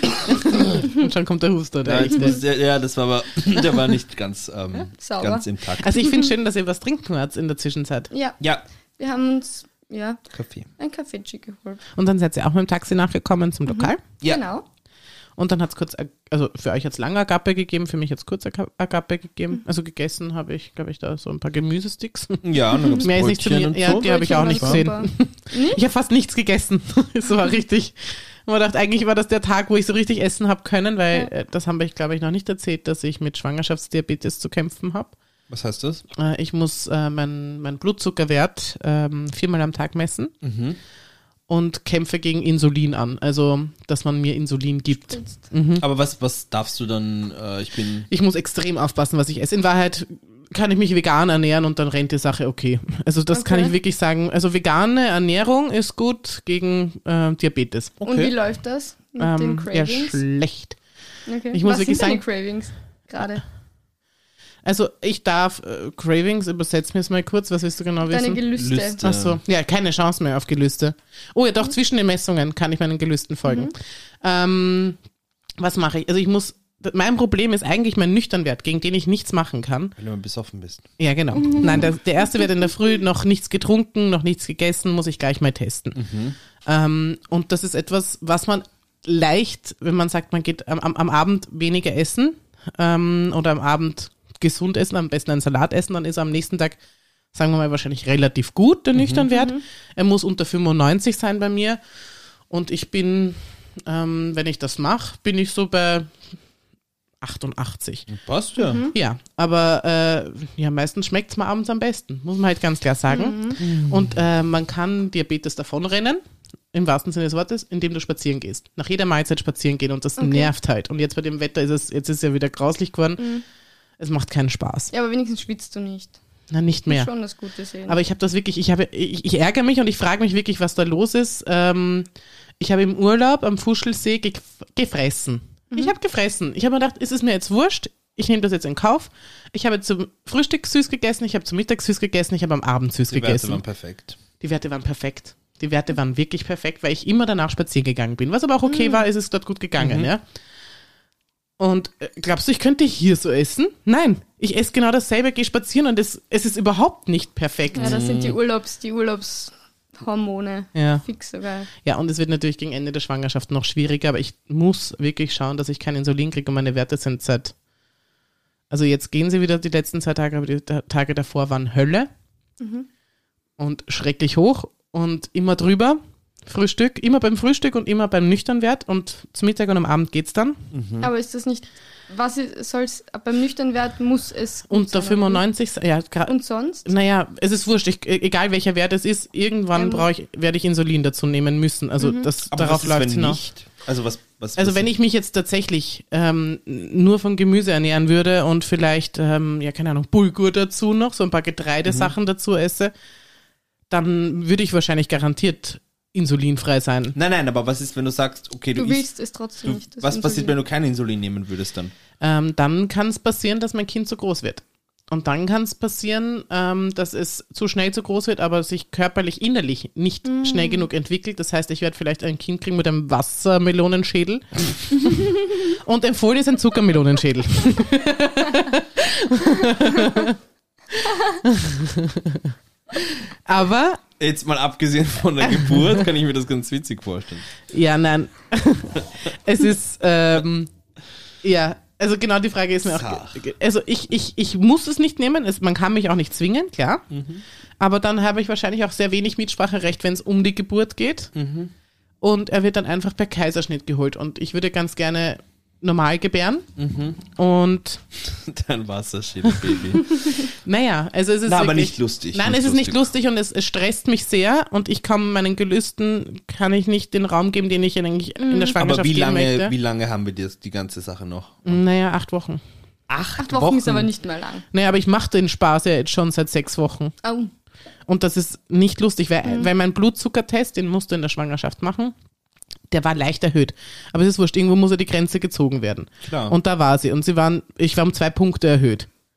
Und schon kommt der Huster. Der Ja, muss, ja, das war aber, der war nicht ganz, ähm, Sauber. ganz im Takt. Also ich finde schön, dass ihr was trinken habt in der Zwischenzeit. Ja, Ja, wir haben uns ja, Kaffee. ein Kaffeechi geholt. Und dann seid ihr auch mit dem Taxi nachgekommen zum Lokal. Ja. Genau. Und dann hat es kurz, also für euch jetzt lange Agape gegeben, für mich jetzt kurz Agape gegeben. Also gegessen habe ich, glaube ich, da so ein paar Gemüsesticks. Ja, und dann gab's Mehr ist nicht zu Brötchen mir. und Ja, so. die habe ich auch nicht gesehen. Super. Ich habe fast nichts gegessen. Das war richtig. Und man dachte, eigentlich war das der Tag, wo ich so richtig essen habe können, weil Ja. äh, das haben wir, glaube ich, noch nicht erzählt, dass ich mit Schwangerschaftsdiabetes zu kämpfen habe. Was heißt das? Äh, ich muss äh, meinen mein Blutzuckerwert ähm, viermal am Tag messen Mhm. und kämpfe gegen Insulin an. Also, dass man mir Insulin gibt. Spritzt. Mhm. Aber was, was darfst du dann, äh, ich bin, Ich muss extrem aufpassen, was ich esse. In Wahrheit kann ich mich vegan ernähren und dann rennt die Sache okay. Also das Okay. kann ich wirklich sagen. Also vegane Ernährung ist gut gegen äh, Diabetes. Und wie läuft das mit den Ähm, ja, Cravings? schlecht. Okay. Ich muss Was wirklich sind deine sagen- Cravings gerade? Also ich darf, äh, Cravings, übersetz mir es mal kurz, was willst du genau Deine wissen? Gelüste. Lüste. Ach so, ja, keine Chance mehr auf Gelüste. Oh ja, doch, zwischen den Messungen kann ich meinen Gelüsten folgen. Ähm, was mache ich? Also ich muss, mein Problem ist eigentlich mein Nüchternwert, gegen den ich nichts machen kann. wenn du mal besoffen bist. Ja, genau. Nein, der, der erste Wert in der Früh, noch nichts getrunken, noch nichts gegessen, muss ich gleich mal testen. Ähm, und das ist etwas, was man leicht, wenn man sagt, man geht am, am, am Abend weniger essen ähm, oder am Abend gesund essen, am besten einen Salat essen, dann ist er am nächsten Tag, sagen wir mal, wahrscheinlich relativ gut, der Nüchternwert. Er muss unter fünfundneunzig sein bei mir. Und ich bin, ähm, wenn ich das mache, bin ich so bei achtundachtzig. Passt ja. Ja, aber äh, ja, meistens schmeckt es mir abends am besten, muss man halt ganz klar sagen. Und äh, man kann Diabetes davonrennen, im wahrsten Sinne des Wortes, indem du spazieren gehst. Nach jeder Mahlzeit spazieren gehen und das Okay. nervt halt. Und jetzt bei dem Wetter ist es, jetzt ist es ja wieder grauslich geworden. Es macht keinen Spaß. Ja, aber wenigstens schwitzt du nicht. Na, nicht mehr. Schon das Gute sehen. Aber ich habe das wirklich, ich habe, ich, ich ärgere mich und ich frage mich wirklich, was da los ist. Ähm, ich habe im Urlaub am Fuschelsee ge gefressen. Ich habe gefressen. Ich habe mir gedacht, ist es mir jetzt wurscht? Ich nehme das jetzt in Kauf. Ich habe zum Frühstück süß gegessen, ich habe zum Mittag süß gegessen, ich habe am Abend süß Die Werte gegessen. waren perfekt. Die Werte waren perfekt. Die Werte waren wirklich perfekt, weil ich immer danach spazieren gegangen bin. Was aber auch okay war, ist es dort gut gegangen, ja. Und äh, glaubst du, ich könnte hier so essen? Nein, ich esse genau dasselbe, gehe spazieren und es, es ist überhaupt nicht perfekt. ja, das sind die Urlaubs, die Urlaubshormone. Ja. Fix sogar. Ja, und es wird natürlich gegen Ende der Schwangerschaft noch schwieriger, aber ich muss wirklich schauen, dass ich kein Insulin kriege und meine Werte sind seit, also jetzt gehen sie wieder die letzten zwei Tage, aber die Ta- Tage davor waren Hölle und schrecklich hoch und immer drüber. Frühstück, immer beim Frühstück und immer beim Nüchternwert und zum Mittag und am Abend geht's dann. Aber ist das nicht, was soll's, beim Nüchternwert muss es gut Unter sein, oder fünfundneunzig, ja, wie? gra- Und sonst? naja, es ist wurscht, ich, egal welcher Wert es ist, irgendwann Ähm. brauche ich, werde ich Insulin dazu nehmen müssen. Also das, Aber darauf was ist, läuft wenn es hinaus. nicht? Also was, was Also was wenn ich mich jetzt tatsächlich ähm, nur von Gemüse ernähren würde und vielleicht, ähm, ja keine Ahnung, Bulgur dazu noch, so ein paar Getreidesachen dazu esse, dann würde ich wahrscheinlich garantiert insulinfrei sein. Nein, nein, aber was ist, wenn du sagst, okay, du, Du willst isst, es trotzdem du, nicht. das was Insulin. passiert, wenn du kein Insulin nehmen würdest dann? Ähm, dann kann es passieren, dass mein Kind zu groß wird. Und dann kann es passieren, ähm, dass es zu schnell zu groß wird, aber sich körperlich innerlich nicht schnell genug entwickelt. Das heißt, ich werde vielleicht ein Kind kriegen mit einem Wassermelonenschädel. Und empfohlen ist ein Zuckermelonenschädel. Aber Jetzt mal abgesehen von der Geburt, kann ich mir das ganz witzig vorstellen. ja, nein. Es ist, ähm, ja, also genau die Frage ist mir Sach. auch, also ich, ich, ich muss es nicht nehmen, es, man kann mich auch nicht zwingen, klar. Aber dann habe ich wahrscheinlich auch sehr wenig Mitspracherecht, wenn es um die Geburt geht. Und er wird dann einfach per Kaiserschnitt geholt. Und ich würde ganz gerne normal gebären. Und Dein Wasserschädel-Baby. naja, also es ist Na, aber wirklich, nicht lustig, Nein, nicht es ist nicht lustig. lustig und es, es stresst mich sehr und ich kann meinen Gelüsten, kann ich nicht den Raum geben, den ich eigentlich in der Schwangerschaft Aber wie geben lange, möchte. wie lange haben wir das, die ganze Sache noch? Naja, acht Wochen. Acht, Acht Wochen, ist aber nicht mehr lang. Naja, aber ich mache den Spaß ja jetzt schon seit sechs Wochen. Oh. Und das ist nicht lustig, weil, weil mein Blutzuckertest, den musst du in der Schwangerschaft machen, der war leicht erhöht. Aber es ist wurscht, irgendwo muss ja die Grenze gezogen werden. Klar. Und da war sie. Und sie waren, ich war um zwei Punkte erhöht.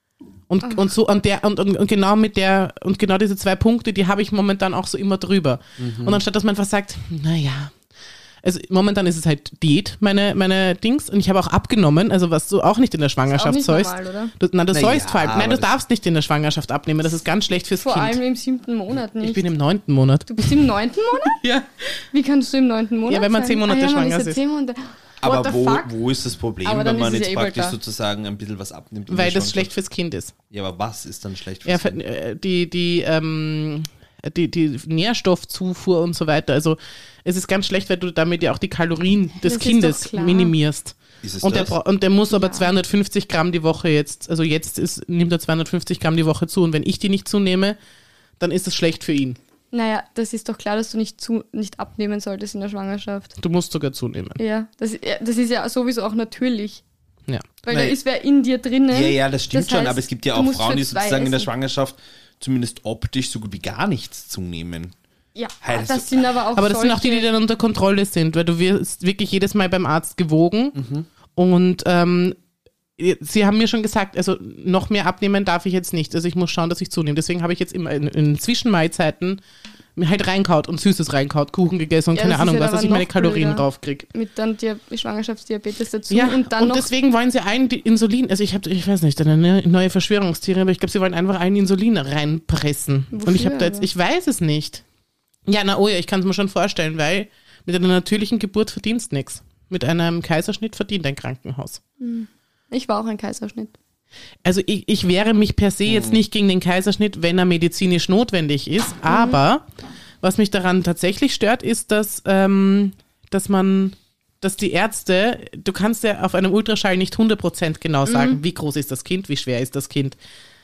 Und, Ach. und so, und der, und, und, und genau mit der, und genau diese zwei Punkte, die habe ich momentan auch so immer drüber. Mhm. Und anstatt, dass man einfach sagt, naja, also momentan ist es halt Diät, meine, meine Dings, und ich habe auch abgenommen, also was du auch nicht in der Schwangerschaft ist auch nicht sollst. normal, Du, nein, du Na sollst ja, vor allem, nein, du das darfst nicht in der Schwangerschaft abnehmen, das ist ganz schlecht fürs Vor Kind. allem im siebten Monat nicht. Ich bin im neunten Monat. Du bist im neunten Monat? Ja. Wie kannst du im neunten Monat Ja, wenn man sein? zehn Monate ah, ja, schwanger man ist. Ja ist. zehn Monate. Aber What the wo, fuck? wo ist das Problem, Aber dann wenn man ist es jetzt ja eh praktisch bald da. sozusagen ein bisschen was abnimmt? in Weil der das schlecht Schwangerschaft? fürs Kind ist. Ja, aber was ist dann schlecht Ja, fürs Kind? äh, die, die, ähm, die, die Nährstoffzufuhr und so weiter. Also es ist ganz schlecht, weil du damit ja auch die Kalorien des Das ist Kindes doch klar. minimierst. Ist es Und der, das? bra- und der muss aber Ja. zweihundertfünfzig Gramm die Woche jetzt, also jetzt ist, nimmt er zweihundertfünfzig Gramm die Woche zu und wenn ich die nicht zunehme, dann ist es schlecht für ihn. Naja, das ist doch klar, dass du nicht, zu, nicht abnehmen solltest in der Schwangerschaft. Du musst sogar zunehmen. Ja, das, ja, das ist ja sowieso auch natürlich. Ja. Weil Nein. da ist wer in dir drinnen. Ja, ja, das stimmt Das schon, heißt, aber es gibt ja du auch musst Frauen, für die zwei sozusagen in der essen. Schwangerschaft zumindest optisch so gut wie gar nichts zunehmen. Ja, Heißt- das sind aber auch Aber das sind auch die, die solche- dann unter Kontrolle sind, weil du wirst wirklich jedes Mal beim Arzt gewogen Mhm. und ähm, sie haben mir schon gesagt, also noch mehr abnehmen darf ich jetzt nicht. Also ich muss schauen, dass ich zunehme. Deswegen habe ich jetzt immer in, in Zwischenmahlzeiten mir halt reinkaut und Süßes reinkaut, Kuchen gegessen und Ja, keine das ist Ahnung ja was, aber dass ich meine noch Kalorien blöder. raufkriege. mit dann Dia- Schwangerschaftsdiabetes dazu Ja, und dann noch deswegen wollen sie allen die Insulin, also ich habe, ich weiß nicht, eine ne- neue Verschwörungstheorie, aber ich glaube, sie wollen einfach allen Insulin reinpressen. Wofür und ich habe da jetzt, aber? ich weiß es nicht. Ja, na oh ja, ich kann es mir schon vorstellen, weil mit einer natürlichen Geburt verdienst nichts. Mit einem Kaiserschnitt verdient ein Krankenhaus. Ich war auch ein Kaiserschnitt. Also ich, ich wehre mich per se jetzt nicht gegen den Kaiserschnitt, wenn er medizinisch notwendig ist, aber was mich daran tatsächlich stört, ist, dass, ähm, dass man, dass die Ärzte, du kannst ja auf einem Ultraschall nicht hundert Prozent genau sagen, wie groß ist das Kind, wie schwer ist das Kind.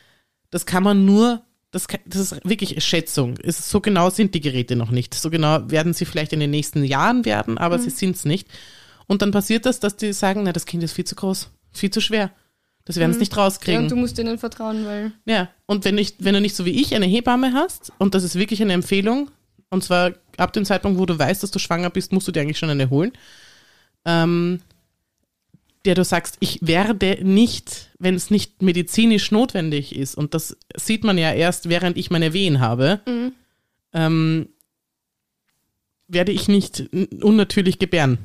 Das kann man nur, das, kann, das ist wirklich Schätzung. Es ist, so genau sind die Geräte noch nicht. So genau werden sie vielleicht in den nächsten Jahren werden, aber sie sind es nicht. Und dann passiert das, dass die sagen, na, das Kind ist viel zu groß, viel zu schwer. Das werden sie nicht Ja, rauskriegen. und du musst denen vertrauen, weil Ja, und wenn, nicht, wenn du nicht so wie ich eine Hebamme hast, und das ist wirklich eine Empfehlung, und zwar ab dem Zeitpunkt, wo du weißt, dass du schwanger bist, musst du dir eigentlich schon eine holen, ähm, der du sagst, ich werde nicht, wenn es nicht medizinisch notwendig ist, und das sieht man ja erst, während ich meine Wehen habe, ähm, werde ich nicht n- unnatürlich gebären.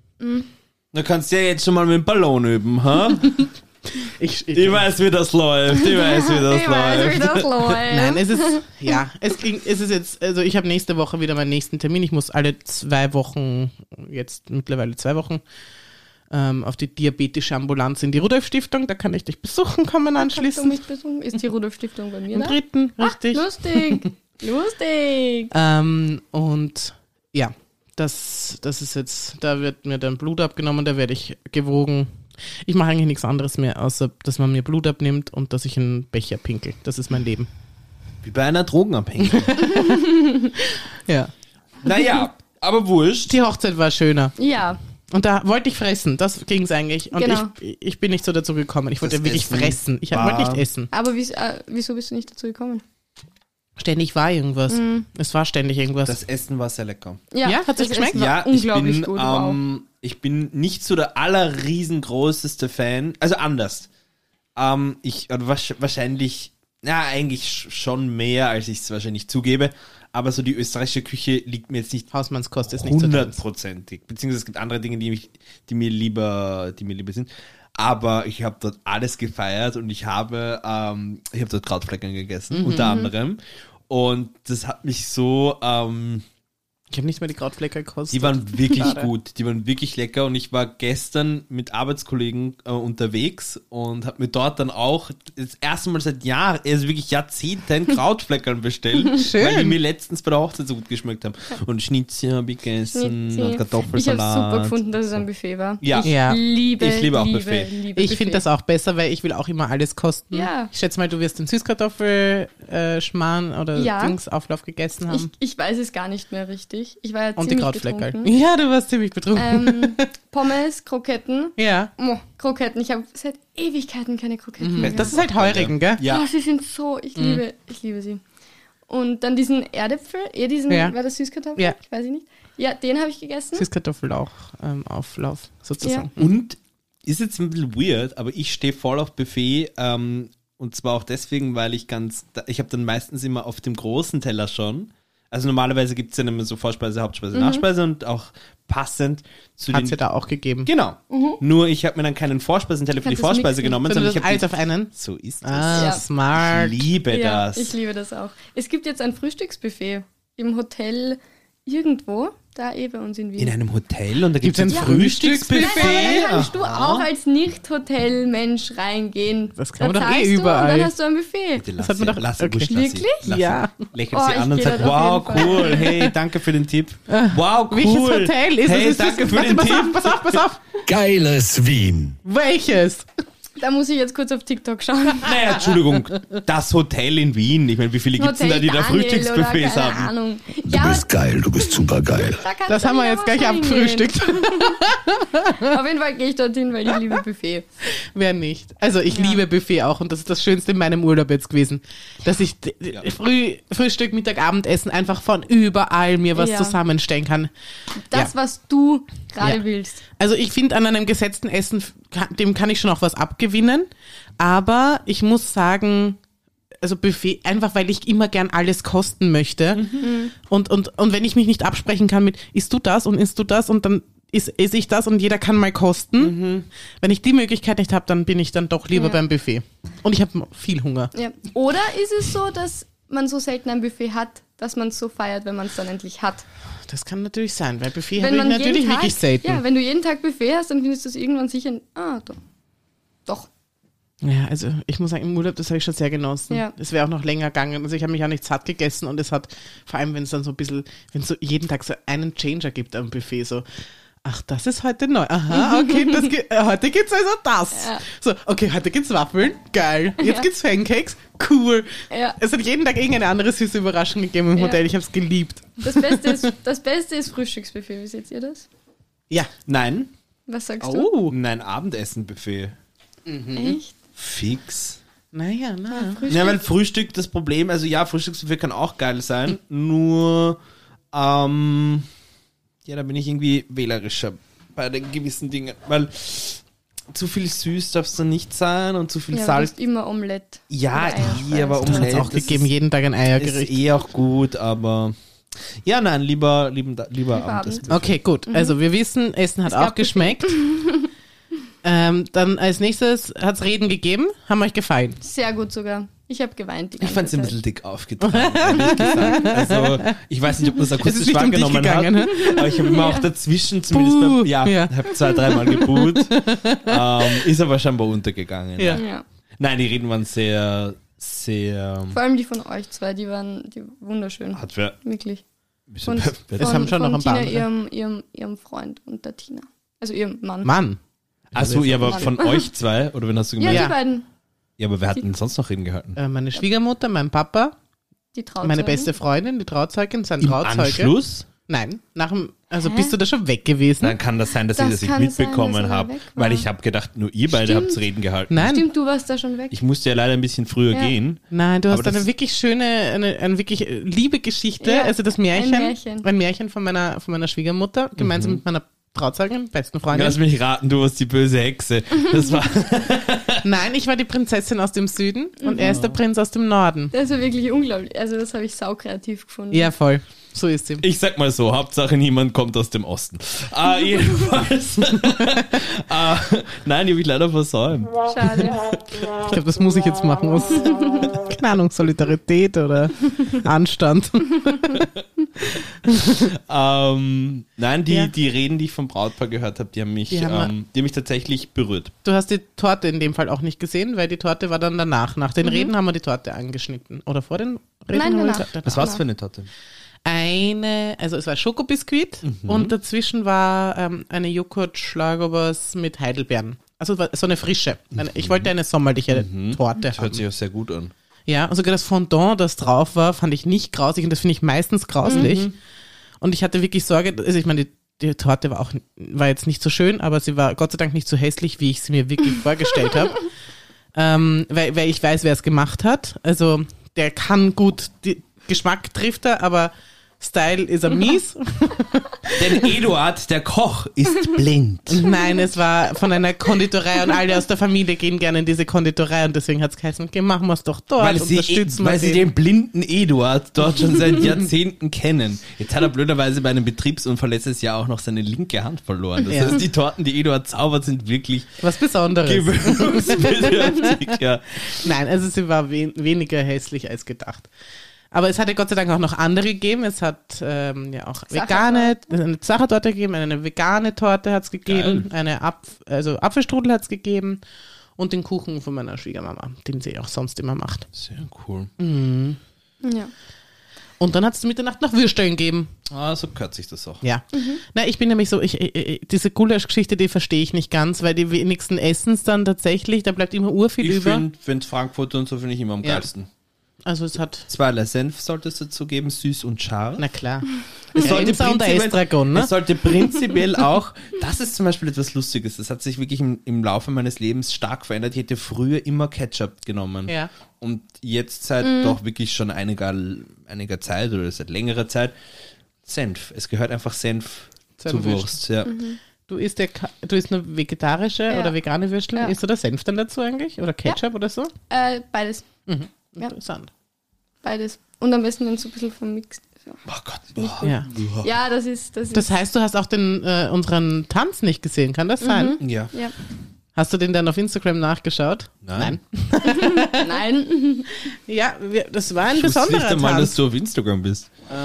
Da kannst du ja jetzt schon mal mit dem Ballon üben, ha? Ich, Ich weiß, wie das läuft. Ich weiß, wie das ich weiß, wie läuft. das läuft. Nein, es ist, ja, es, ging, es ist jetzt, also ich habe nächste Woche wieder meinen nächsten Termin. Ich muss alle zwei Wochen, jetzt mittlerweile zwei Wochen, ähm, auf die diabetische Ambulanz in die Rudolf-Stiftung. Da kann ich dich besuchen kommen Kannst du anschließend. mich besuchen? Ist die Rudolf-Stiftung bei mir Am da? dritten, richtig. Lustig. Lustig. Ähm, und ja, das, das ist jetzt, da wird mir dann Blut abgenommen, da werde ich gewogen. Ich mache eigentlich nichts anderes mehr, außer dass man mir Blut abnimmt und dass ich einen Becher pinkel. Das ist mein Leben. Wie bei einer Drogenabhängigen. Ja. Naja, aber wurscht. Die Hochzeit war schöner. Ja. Und da wollte ich fressen, das ging es eigentlich. Und Genau. ich, ich bin nicht so dazu gekommen. Ich wollte Das wirklich Essen fressen. Ich war- wollte nicht essen. Aber wies, äh, wieso bist du nicht dazu gekommen? Ständig war irgendwas. Es war ständig irgendwas. Das Essen war sehr lecker. Ja, hat's euch das geschmeckt? Essen war Ja, ich unglaublich bin, gut. Wow. ähm, ich bin nicht so der allerriesengroßeste Fan. Also anders. Ähm, ich, oder wasch- wahrscheinlich, ja, eigentlich sch- schon mehr, als ich es wahrscheinlich zugebe. Aber so die österreichische Küche liegt mir jetzt nicht Hausmannskost ist nicht so deins. hundertprozentig. Beziehungsweise es gibt andere Dinge, die, mich, die, mir lieber, die mir lieber sind. Aber ich habe dort alles gefeiert und ich habe, ähm, ich habe dort Krautfleckern gegessen, Mhm. unter anderem. Und das hat mich so, ähm, Ich habe nicht mehr die Krautflecker gekostet. die waren wirklich Schade. gut, die waren wirklich lecker und ich war gestern mit Arbeitskollegen äh, unterwegs und habe mir dort dann auch das erste Mal seit Jahren, also wirklich Jahrzehnten Krautfleckern bestellt, Schön. weil die mir letztens bei der Hochzeit so gut geschmeckt haben. Und Schnitzel habe ich gegessen Schnitzel. und Ich Kartoffelsalat. habe super gefunden, dass es ein Buffet war. Ja. Ich Ja. liebe, Ich liebe auch liebe, Buffet. liebe Ich Buffet. finde das auch besser, weil ich will auch immer alles kosten. Ja. Ich schätze mal, du wirst den Süßkartoffel äh, Schmarrn oder Ja. Dingsauflauf gegessen Ich, haben. ich weiß es gar nicht mehr richtig. Ich war ja Und die ziemlich Krautflecker. betrunken. Ja, du warst ziemlich betrunken. Ähm, Pommes, Kroketten. ja. Oh, Kroketten. Ich habe seit Ewigkeiten keine Kroketten mehr. Das ist halt Heurigen, gell? Ja. Oh, sie sind so, ich liebe, ich liebe sie. Und dann diesen Erdäpfel, eh diesen, Ja. war das Süßkartoffel? Ja. Ich weiß ich nicht. Ja, den habe ich gegessen. Süßkartoffel auch ähm, Auflauf, sozusagen. Und ist jetzt ein bisschen weird, aber ich stehe voll auf Buffet ähm, Und zwar auch deswegen, weil ich ganz, ich habe dann meistens immer auf dem großen Teller schon, also normalerweise gibt es ja immer so Vorspeise, Hauptspeise, Mhm. Nachspeise und auch passend zu Hat den... es ja da auch gegeben. Genau. Mhm. Nur ich habe mir dann keinen Vorspeisenteller für die Kannst du's Vorspeise mixen? genommen, Sondern sondern das ich habe... alles auf einen? So ist das. Ah, Ja. smart. Ich liebe Ja, das. ich liebe das auch. Es gibt jetzt ein Frühstücksbuffet im Hotel irgendwo, da eh bei uns in Wien. In einem Hotel und da gibt Gibt's es ein ein Frühstücksbuffet? Frühstücksbuffet. Nein, aber da kannst du Aha. auch als Nicht-Hotel-Mensch reingehen. Das kann man Da doch eh zahlst du überall. Und dann hast du ein Buffet. Bitte Das lass hat man sie- doch- lass sie, okay. wurscht, lass sie. Wirklich? Lass Ja. sie. Lächelt Oh, sie ich an und geh sagt, dort auf wow, jeden Fall. cool, hey, danke für den Tipp. Wow, cool. Welches Hotel ist Hey, es? Ist danke das- für Warte, den pass Tipp. auf, pass auf, pass auf. Geiles Wien. Welches? Da muss ich jetzt kurz auf TikTok schauen. Naja, Entschuldigung, das Hotel in Wien. Ich meine, wie viele gibt es denn da, die da Daniel Frühstücksbuffets oder keine haben? Ahnung. Du Ja, bist geil, du bist super geil. da kannst Das du haben wir ja jetzt gleich auch reingehen. abgefrühstückt. Auf jeden Fall gehe ich dorthin, weil ich liebe Buffet. Wer nicht? Also ich Ja. liebe Buffet auch und das ist das Schönste in meinem Urlaub jetzt gewesen, dass ich d- Ja. früh, Frühstück, Mittag, Abendessen einfach von überall mir was Ja. zusammenstellen kann. Das, Ja. was du gerade Ja. willst. Also ich finde an einem gesetzten Essen, kann, dem kann ich schon auch was abgewinnen, aber ich muss sagen, also Buffet, einfach weil ich immer gern alles kosten möchte Mhm. und, und, und wenn ich mich nicht absprechen kann mit, isst du das und isst du das und dann esse iss ich das und jeder kann mal kosten. Wenn ich die Möglichkeit nicht habe, dann bin ich dann doch lieber Ja. beim Buffet. Und ich habe viel Hunger. Ja. Oder ist es so, dass man so selten ein Buffet hat, dass man es so feiert, wenn man es dann endlich hat? Das kann natürlich sein, weil Buffet Wenn habe ich man natürlich jeden Tag, wirklich selten. Ja, wenn du jeden Tag Buffet hast, dann findest du es irgendwann sicher, ah, doch. Doch. Ja, also ich muss sagen, im Urlaub, das habe ich schon sehr genossen. Ja. Es wäre auch noch länger gegangen. Also ich habe mich auch nicht satt gegessen und es hat, vor allem wenn es dann so ein bisschen, wenn es so jeden Tag so einen Changer gibt am Buffet, so, ach, das ist heute neu. Aha, okay, das ge- äh, heute gibt's also das. Ja. So, okay, heute gibt's Waffeln, geil. Jetzt Ja. gibt's Pancakes, cool. Ja. Es hat jeden Tag irgendeine andere süße Überraschung gegeben im Ja. Hotel. Ich habe es geliebt. Das Beste ist, das Beste ist Frühstücksbuffet. Wie seht ihr das? Ja. Nein, Was sagst du? Oh. nein, Abendessenbuffet. Echt? Fix. Naja, na. Frühstück? Ja, weil Frühstück das Problem, also ja, Frühstücksbuffet kann auch geil sein, nur, ähm, ja, da bin ich irgendwie wählerischer bei den gewissen Dingen, weil zu viel süß darf es dann nicht sein und zu viel Ja, du Salz. hast immer Omelette. Ja, oder Eierspeise. eh, aber Das hat Omelette auch das gegeben, ist, jeden Tag ein ist Eiergericht. eh auch gut, aber ja, nein, lieber, lieber, lieber, Lieber Abendessenbuffet. Okay, gut. Also wir wissen, Essen hat Es gab auch geschmeckt. ähm, dann als nächstes hat es Reden gegeben. Haben euch gefallen? Sehr gut sogar. Ich habe geweint die Ich ganze fand sie ein Zeit. bisschen dick aufgetragen, ehrlich gesagt. Also, ich weiß nicht, ob das Es ist akustisch nicht um dich wahrgenommen gegangen, hat, aber ich habe immer auch dazwischen zumindest, Buh. beim, ja, Ja. habe zwei, dreimal geboot. ähm, ist aber scheinbar untergegangen. Ja. Ja. Nein, die Reden waren sehr, sehr, Vor allem die von euch zwei, die waren die wunderschön. hat wer, Wirklich. bisschen, Von, Es von, haben schon von noch ein paar Tina, andere. ihrem, ihrem, ihrem Freund und der Tina. Also ihrem Mann. Mann. achso, ja, aber Mann. von euch zwei, oder wen hast du Ja, gemeint? die Ja. beiden. Ja, aber wer hat denn sonst noch Reden gehalten? Äh, meine Schwiegermutter, mein Papa, Die Trauzeugen. meine beste Freundin, die Trauzeugin, sein Im Trauzeuge. Anschluss? Nein, nach dem, also Hä? bist du da schon weg gewesen? Dann kann das sein, dass Das ich das nicht kann sein, mitbekommen dass er habe, weg war. weil ich habe gedacht, nur ihr beide Stimmt. habt Reden gehalten. Nein, Stimmt, du warst da schon weg. Ich musste ja leider ein bisschen früher Ja. gehen. nein, du hast Aber das- eine wirklich schöne, eine, eine wirklich liebe Geschichte, Ja, also das Märchen, ein Märchen. ein Märchen von meiner, von meiner Schwiegermutter, gemeinsam Mhm. mit meiner Trauzeugin, besten Freundin. Lass mich raten, du warst die böse Hexe. Das war Nein, ich war die Prinzessin aus dem Süden und er ist der Prinz aus dem Norden. Das war wirklich unglaublich. Also das habe ich saukreativ gefunden. Ja, voll. So ist sie. Ich sag mal so, Hauptsache niemand kommt aus dem Osten. Ah, jedenfalls. ah, nein, die habe ich leider versäumt. Schade. Ich glaube, das muss ich jetzt machen aus, keine Ahnung, Solidarität oder Anstand. Ähm, nein, die, Ja. die Reden, die ich vom Brautpaar gehört habe, die haben mich, Die haben ähm, die haben mich tatsächlich berührt. Du hast die Torte in dem Fall auch nicht gesehen, weil die Torte war dann danach. Nach den Reden haben wir die Torte angeschnitten. Oder vor den Reden? Nein, haben wir die danach. Torte- Was war's für eine Torte? Eine, also es war Schokobiskuit und dazwischen war ähm, eine Joghurt-Schlagobers mit Heidelbeeren. Also war so eine frische. Eine, ich wollte eine sommerliche Torte Das hört haben. sich auch sehr gut an. Ja, und sogar das Fondant, das drauf war, fand ich nicht grausig und das finde ich meistens grauslich. Und ich hatte wirklich Sorge, also ich meine, die, die Torte war auch war jetzt nicht so schön, aber sie war Gott sei Dank nicht so hässlich, wie ich sie mir wirklich vorgestellt habe. Ähm, weil, weil ich weiß, wer es gemacht hat. Also der kann gut, die, Geschmack trifft er, aber Style ist er mies. Denn Eduard, der Koch, ist blind. Nein, es war von einer Konditorei und alle aus der Familie gehen gerne in diese Konditorei und deswegen hat es geheißen, okay, machen wir es doch dort, Weil sie, unterstützen wir weil sie den. den blinden Eduard dort schon seit Jahrzehnten kennen. Jetzt hat er blöderweise bei einem Betriebsunfall letztes Jahr auch noch seine linke Hand verloren. Das Ja. heißt, die Torten, die Eduard zaubert, sind wirklich Was Besonderes. gewöhnungsbedürftig. Ja. Nein, also sie war wen weniger hässlich als gedacht. Aber es hatte Gott sei Dank auch noch andere gegeben. Es hat ähm, ja auch vegane, eine Sachertorte gegeben, eine vegane Torte hat es gegeben, Geil. eine Apf also Apfelstrudel hat es gegeben und den Kuchen von meiner Schwiegermama, den sie auch sonst immer macht. Sehr cool. Ja. Und dann hat es Mitternacht noch Würsteln gegeben. Ah, so gehört sich das auch. Ja. Na, ich bin nämlich so, ich, ich, diese Gulasch-Geschichte, die verstehe ich nicht ganz, weil die wenigsten essen es dann tatsächlich, da bleibt immer urviel Ich über. finde, wenn Frankfurt und so, finde ich immer am Ja. geilsten. Also es hat, Zweierlei Senf sollte es dazu geben, süß und scharf. na klar. Es Ja, sollte, Imsa und der prinzipiell, Estragon, ne? es sollte prinzipiell auch, das ist zum Beispiel etwas Lustiges, das hat sich wirklich im, im Laufe meines Lebens stark verändert. Ich hätte früher immer Ketchup genommen. Ja. Und jetzt seit doch wirklich schon einiger, einiger Zeit oder seit längerer Zeit Senf. Es gehört einfach Senf Zu zu einem Wurst. Ja. Du isst, der, Ka- du isst nur vegetarische Ja. oder vegane Würstel. Ja. Isst du da Senf dann dazu eigentlich? Oder Ketchup oder so? Äh, beides. Ja. Interessant. Beides. Und am besten dann so ein bisschen vermixt. So. Oh Gott. Boah. Ja. Ja, das ist. Das ist Das heißt, du hast auch den, äh, unseren Tanz nicht gesehen, kann das sein? Ja. ja. Hast du den dann auf Instagram nachgeschaut? Nein. Nein. Ja, wir, das war ein Ich wusste nicht besonderer einmal, dass Tanz. du auf Instagram bist. Äh,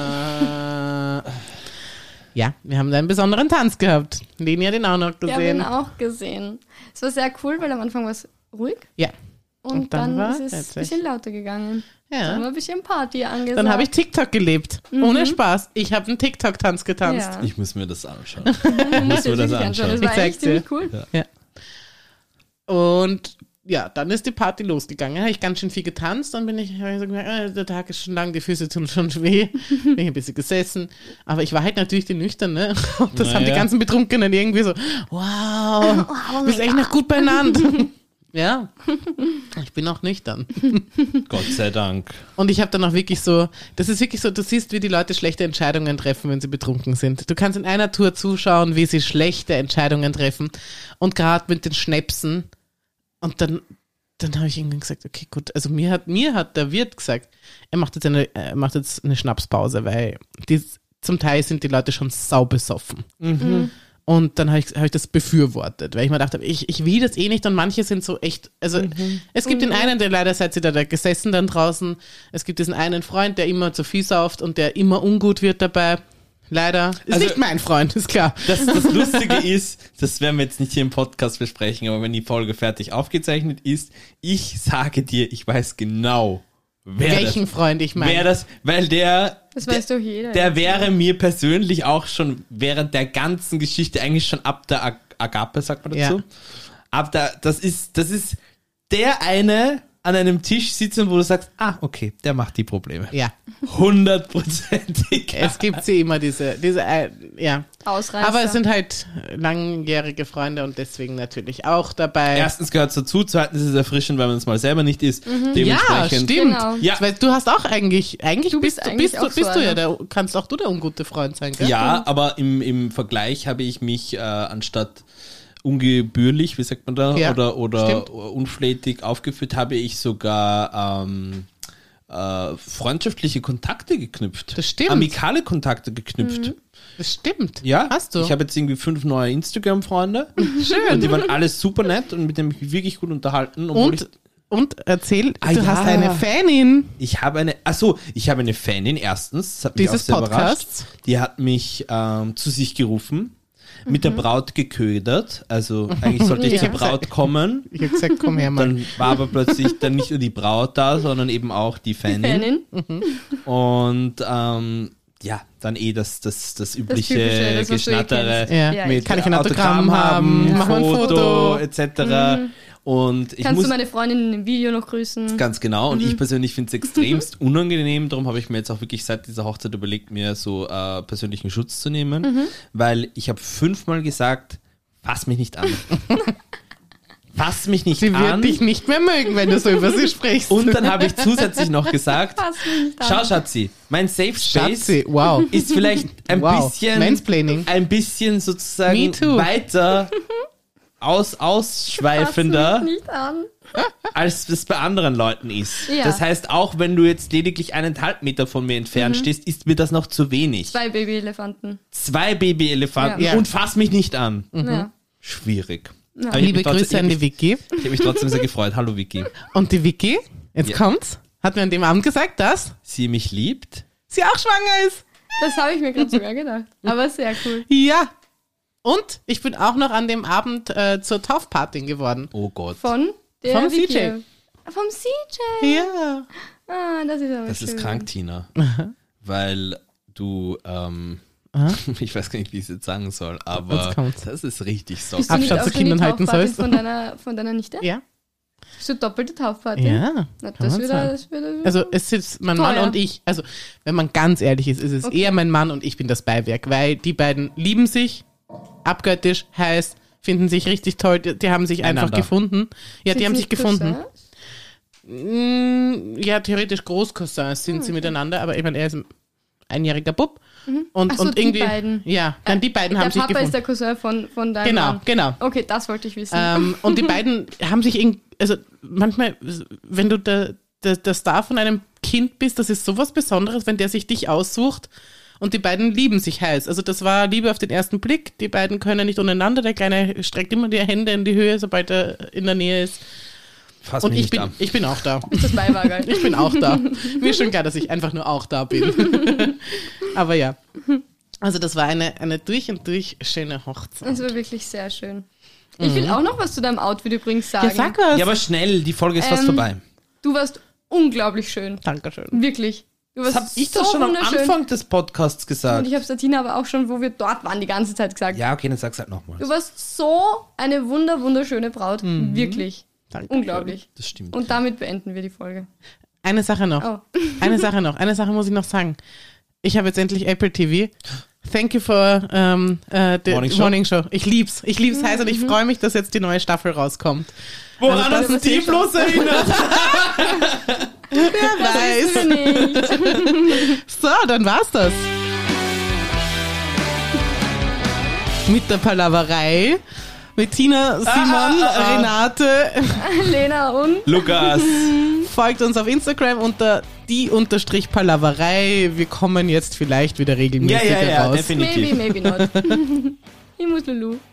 ja, wir haben da einen besonderen Tanz gehabt. Leni hat ihn auch noch Ich habe ihn gesehen. auch gesehen. Es war sehr cool, weil am Anfang war es ruhig Ja. und, Und dann dann, war ist es ein plötzlich- bisschen lauter gegangen. Dann ja. war ein bisschen Party angesagt. Dann habe ich TikTok gelebt. Ohne Spaß. Ich habe einen TikTok-Tanz getanzt. Ja. Ich muss mir das anschauen. Ich muss mir das Natürlich anschauen. anschauen. Das Ich war zeig's echt ziemlich dir. cool. Ja. Ja. Und ja, dann ist die Party losgegangen. Habe ich ganz schön viel getanzt. Dann bin ich, habe ich so gemerkt, ah, der Tag ist schon lang, die Füße tun schon weh. Bin ich ein bisschen gesessen. Aber ich war halt natürlich die Nüchterne. Und das haben die Naja. ganzen Betrunkenen irgendwie so, wow, du bist echt noch gut beieinander. Ja, ich bin auch nüchtern. Gott sei Dank. Und ich habe dann auch wirklich so, das ist wirklich so, du siehst, wie die Leute schlechte Entscheidungen treffen, wenn sie betrunken sind. Du kannst in einer Tour zuschauen, wie sie schlechte Entscheidungen treffen. Und gerade mit den Schnäpsen. Und dann, dann habe ich irgendwann gesagt, okay, gut, also mir hat, mir hat der Wirt gesagt, er macht jetzt eine, er macht jetzt eine Schnapspause, weil die, zum Teil sind die Leute schon saubesoffen. Und dann habe ich, hab ich das befürwortet, weil ich mir dachte, ich, ich will das eh nicht und manche sind so echt, also es gibt den einen, der leider seid ihr da, da gesessen dann draußen, es gibt diesen einen Freund, der immer zu viel sauft und der immer ungut wird dabei. Leider. Ist Also- nicht mein Freund, ist klar. Das, das Lustige ist, das werden wir jetzt nicht hier im Podcast besprechen, aber wenn die Folge fertig aufgezeichnet ist, ich sage dir, ich weiß genau, wer Welchen das, Freund ich meine. wer das, weil der, Das der, weiß doch jeder. der wäre mir persönlich auch schon während der ganzen Geschichte eigentlich schon ab der Ag- Agape, sagt man dazu. Ja. Ab der, das ist, das ist der eine an einem Tisch sitzen, wo du sagst, ah, okay, der macht die Probleme. Ja, Hundertprozentig. es gibt sie immer diese, diese, äh, ja. Ausreißer. Aber es sind halt langjährige Freunde und deswegen natürlich auch dabei. Erstens gehört es dazu, zweitens ist es erfrischend, weil man es mal selber nicht isst. Ja, Dementsprechend. stimmt. Genau. Ja. Weil du hast auch eigentlich, eigentlich Du bist, bist du, eigentlich bist, du, auch bist so du ja einer. der, kannst auch du der ungute Freund sein, gell? Ja, aber im, im Vergleich habe ich mich äh, anstatt ungebührlich, wie sagt man da, Ja, oder, oder stimmt. unflätig aufgeführt, habe ich sogar ähm, äh, freundschaftliche Kontakte geknüpft. Das stimmt. Amikale Kontakte geknüpft. Das stimmt. Ja, Hast du? Ich habe jetzt irgendwie fünf neue Instagram-Freunde. Schön. Und die waren alle super nett und mit denen mich wirklich gut unterhalten. obwohl ich Und, und erzähl, Ah, du ja. hast eine Fanin Ich habe eine, achso, ich habe eine Fanin erstens, das hat mich dieses auch sehr Podcasts. überrascht. Die hat mich ähm, zu sich gerufen, mit der Braut geködert, also eigentlich sollte ich Ja. zur Braut kommen, Ich habe gesagt, komm her mal. dann war aber plötzlich dann nicht nur die Braut da, sondern eben auch die Fanin. Fanin. Und ähm, ja, dann eh das, das, das übliche Typische, das, was du eh Geschnattere kennst. Ja. Ja, mit ich- Kann ich ein Autogramm haben? Mach mal ein Foto. et cetera. Und ich Kannst muss du meine Freundin in dem Video noch grüßen? Ganz genau. Und Mhm. ich persönlich finde es extremst unangenehm. Darum habe ich mir jetzt auch wirklich seit dieser Hochzeit überlegt, mir so äh, persönlichen Schutz zu nehmen. Mhm. Weil ich habe fünfmal gesagt, fass mich nicht an. fass mich nicht Sie an. wird dich nicht mehr mögen, wenn du so über sie sprichst. Und dann habe ich zusätzlich noch gesagt, Fass mich nicht an. schau Schatzi, mein Safe Space Schatzi, wow. ist vielleicht ein Wow. bisschen, Mansplaining. ein bisschen sozusagen Me too. weiter aus, Fass ausschweifender, mich nicht an. als es bei anderen Leuten ist. Ja. Das heißt, auch wenn du jetzt lediglich eineinhalb Meter von mir entfernt Mhm. stehst, ist mir das noch zu wenig. Zwei Babyelefanten. Zwei Babyelefanten Ja. und fass mich nicht an. Ja. Schwierig. Ja. Aber ich hab Liebe mich trotzdem- Grüße an ich die hab Vicky. mich- Ich habe mich trotzdem sehr gefreut. Hallo Vicky. Und die Vicky, jetzt Ja. kommt's, hat mir an dem Abend gesagt, dass Sie mich liebt. sie auch schwanger ist. Das habe ich mir gerade sogar gedacht. Aber sehr cool. Ja. Und ich bin auch noch an dem Abend äh, zur Taufpatin geworden. Oh Gott. Von der Vom Vicky. C J. Vom C J. Ja. Ah, das ist aber Das schön. ist krank, Tina. Weil du, ähm, ich weiß gar nicht, wie ich es jetzt sagen soll, aber Jetzt kommt's. das ist richtig so. Bist du nicht Abstand auch zu schon die Kindern halten Taufpatin sollst. von deiner, von deiner Nichte? Ja. Bist du doppelte Taufpatin? Ja. Na, kann das, man wird, sagen. das wird Also es ist mein Mann Teuer. und ich. Also wenn man ganz ehrlich ist, ist es Okay. eher mein Mann und ich bin das Beiwerk, weil die beiden lieben sich, abgöttisch, heißt, finden sich richtig toll, die, die haben sich einfach Einander. gefunden. Ja, Sind die haben sie sich gefunden. Cousins? Mm, Ja, theoretisch Großcousins sind sie miteinander, aber ich meine, er ist ein einjähriger Bub. Und, Ach so, und die irgendwie. beiden. Ja, nein, die beiden Der haben sich Papa ist gefunden. der Cousin von, von deinem Genau, Mann. genau. Okay, das wollte ich wissen. Ähm, und die beiden haben sich irgendwie, also manchmal, wenn du der, der, der Star von einem Kind bist, das ist sowas Besonderes, wenn der sich dich aussucht und die beiden lieben sich heiß. Also das war Liebe auf den ersten Blick, die beiden können nicht untereinander, der Kleine streckt immer die Hände in die Höhe, sobald er in der Nähe ist. Fass Und mich ich nicht bin, an. ich bin auch da. ist das Beiwagen. Ich bin auch da. Mir ist schon klar, dass ich einfach nur auch da bin. Aber ja. Also das war eine, eine durch und durch schöne Hochzeit. Das war wirklich sehr schön. Ich will auch noch was zu deinem Outfit übrigens sagen. Ja, sag was. Ja, aber schnell, die Folge ist fast Ähm, vorbei. Du warst unglaublich schön. Dankeschön. Wirklich. Du Das warst habe ich so doch schon am wunderschön. Anfang des Podcasts Und gesagt. ich habe es der Tina aber auch schon, wo wir dort waren, die ganze Zeit gesagt. Ja, okay, dann sag's halt nochmal. Du warst so eine wunder, wunderschöne Braut. Mhm. Wirklich. Dankeschön. Unglaublich. Das stimmt. Und damit beenden wir die Folge. Eine Sache noch. Oh. Eine Sache noch. Eine Sache muss ich noch sagen. Ich habe jetzt endlich Apple T V. Thank you for ähm, äh, the Morning Morning, Show. Show. Ich lieb's. Ich lieb's heiß und ich freue mich, dass jetzt die neue Staffel rauskommt. Woran Also das hat ist die eh bloß erinnert? Wer weiß. Nicht. So, dann war's das. Mit der Palaverei. Mit Tina, Simon, ah, ah. Renate. Lena und Lukas. Folgt uns auf Instagram unter die unterstrich Palaverei. Wir kommen jetzt vielleicht wieder Ja, regelmäßiger ja, ja, raus. definitiv. maybe, maybe not. Ich muss Lulu.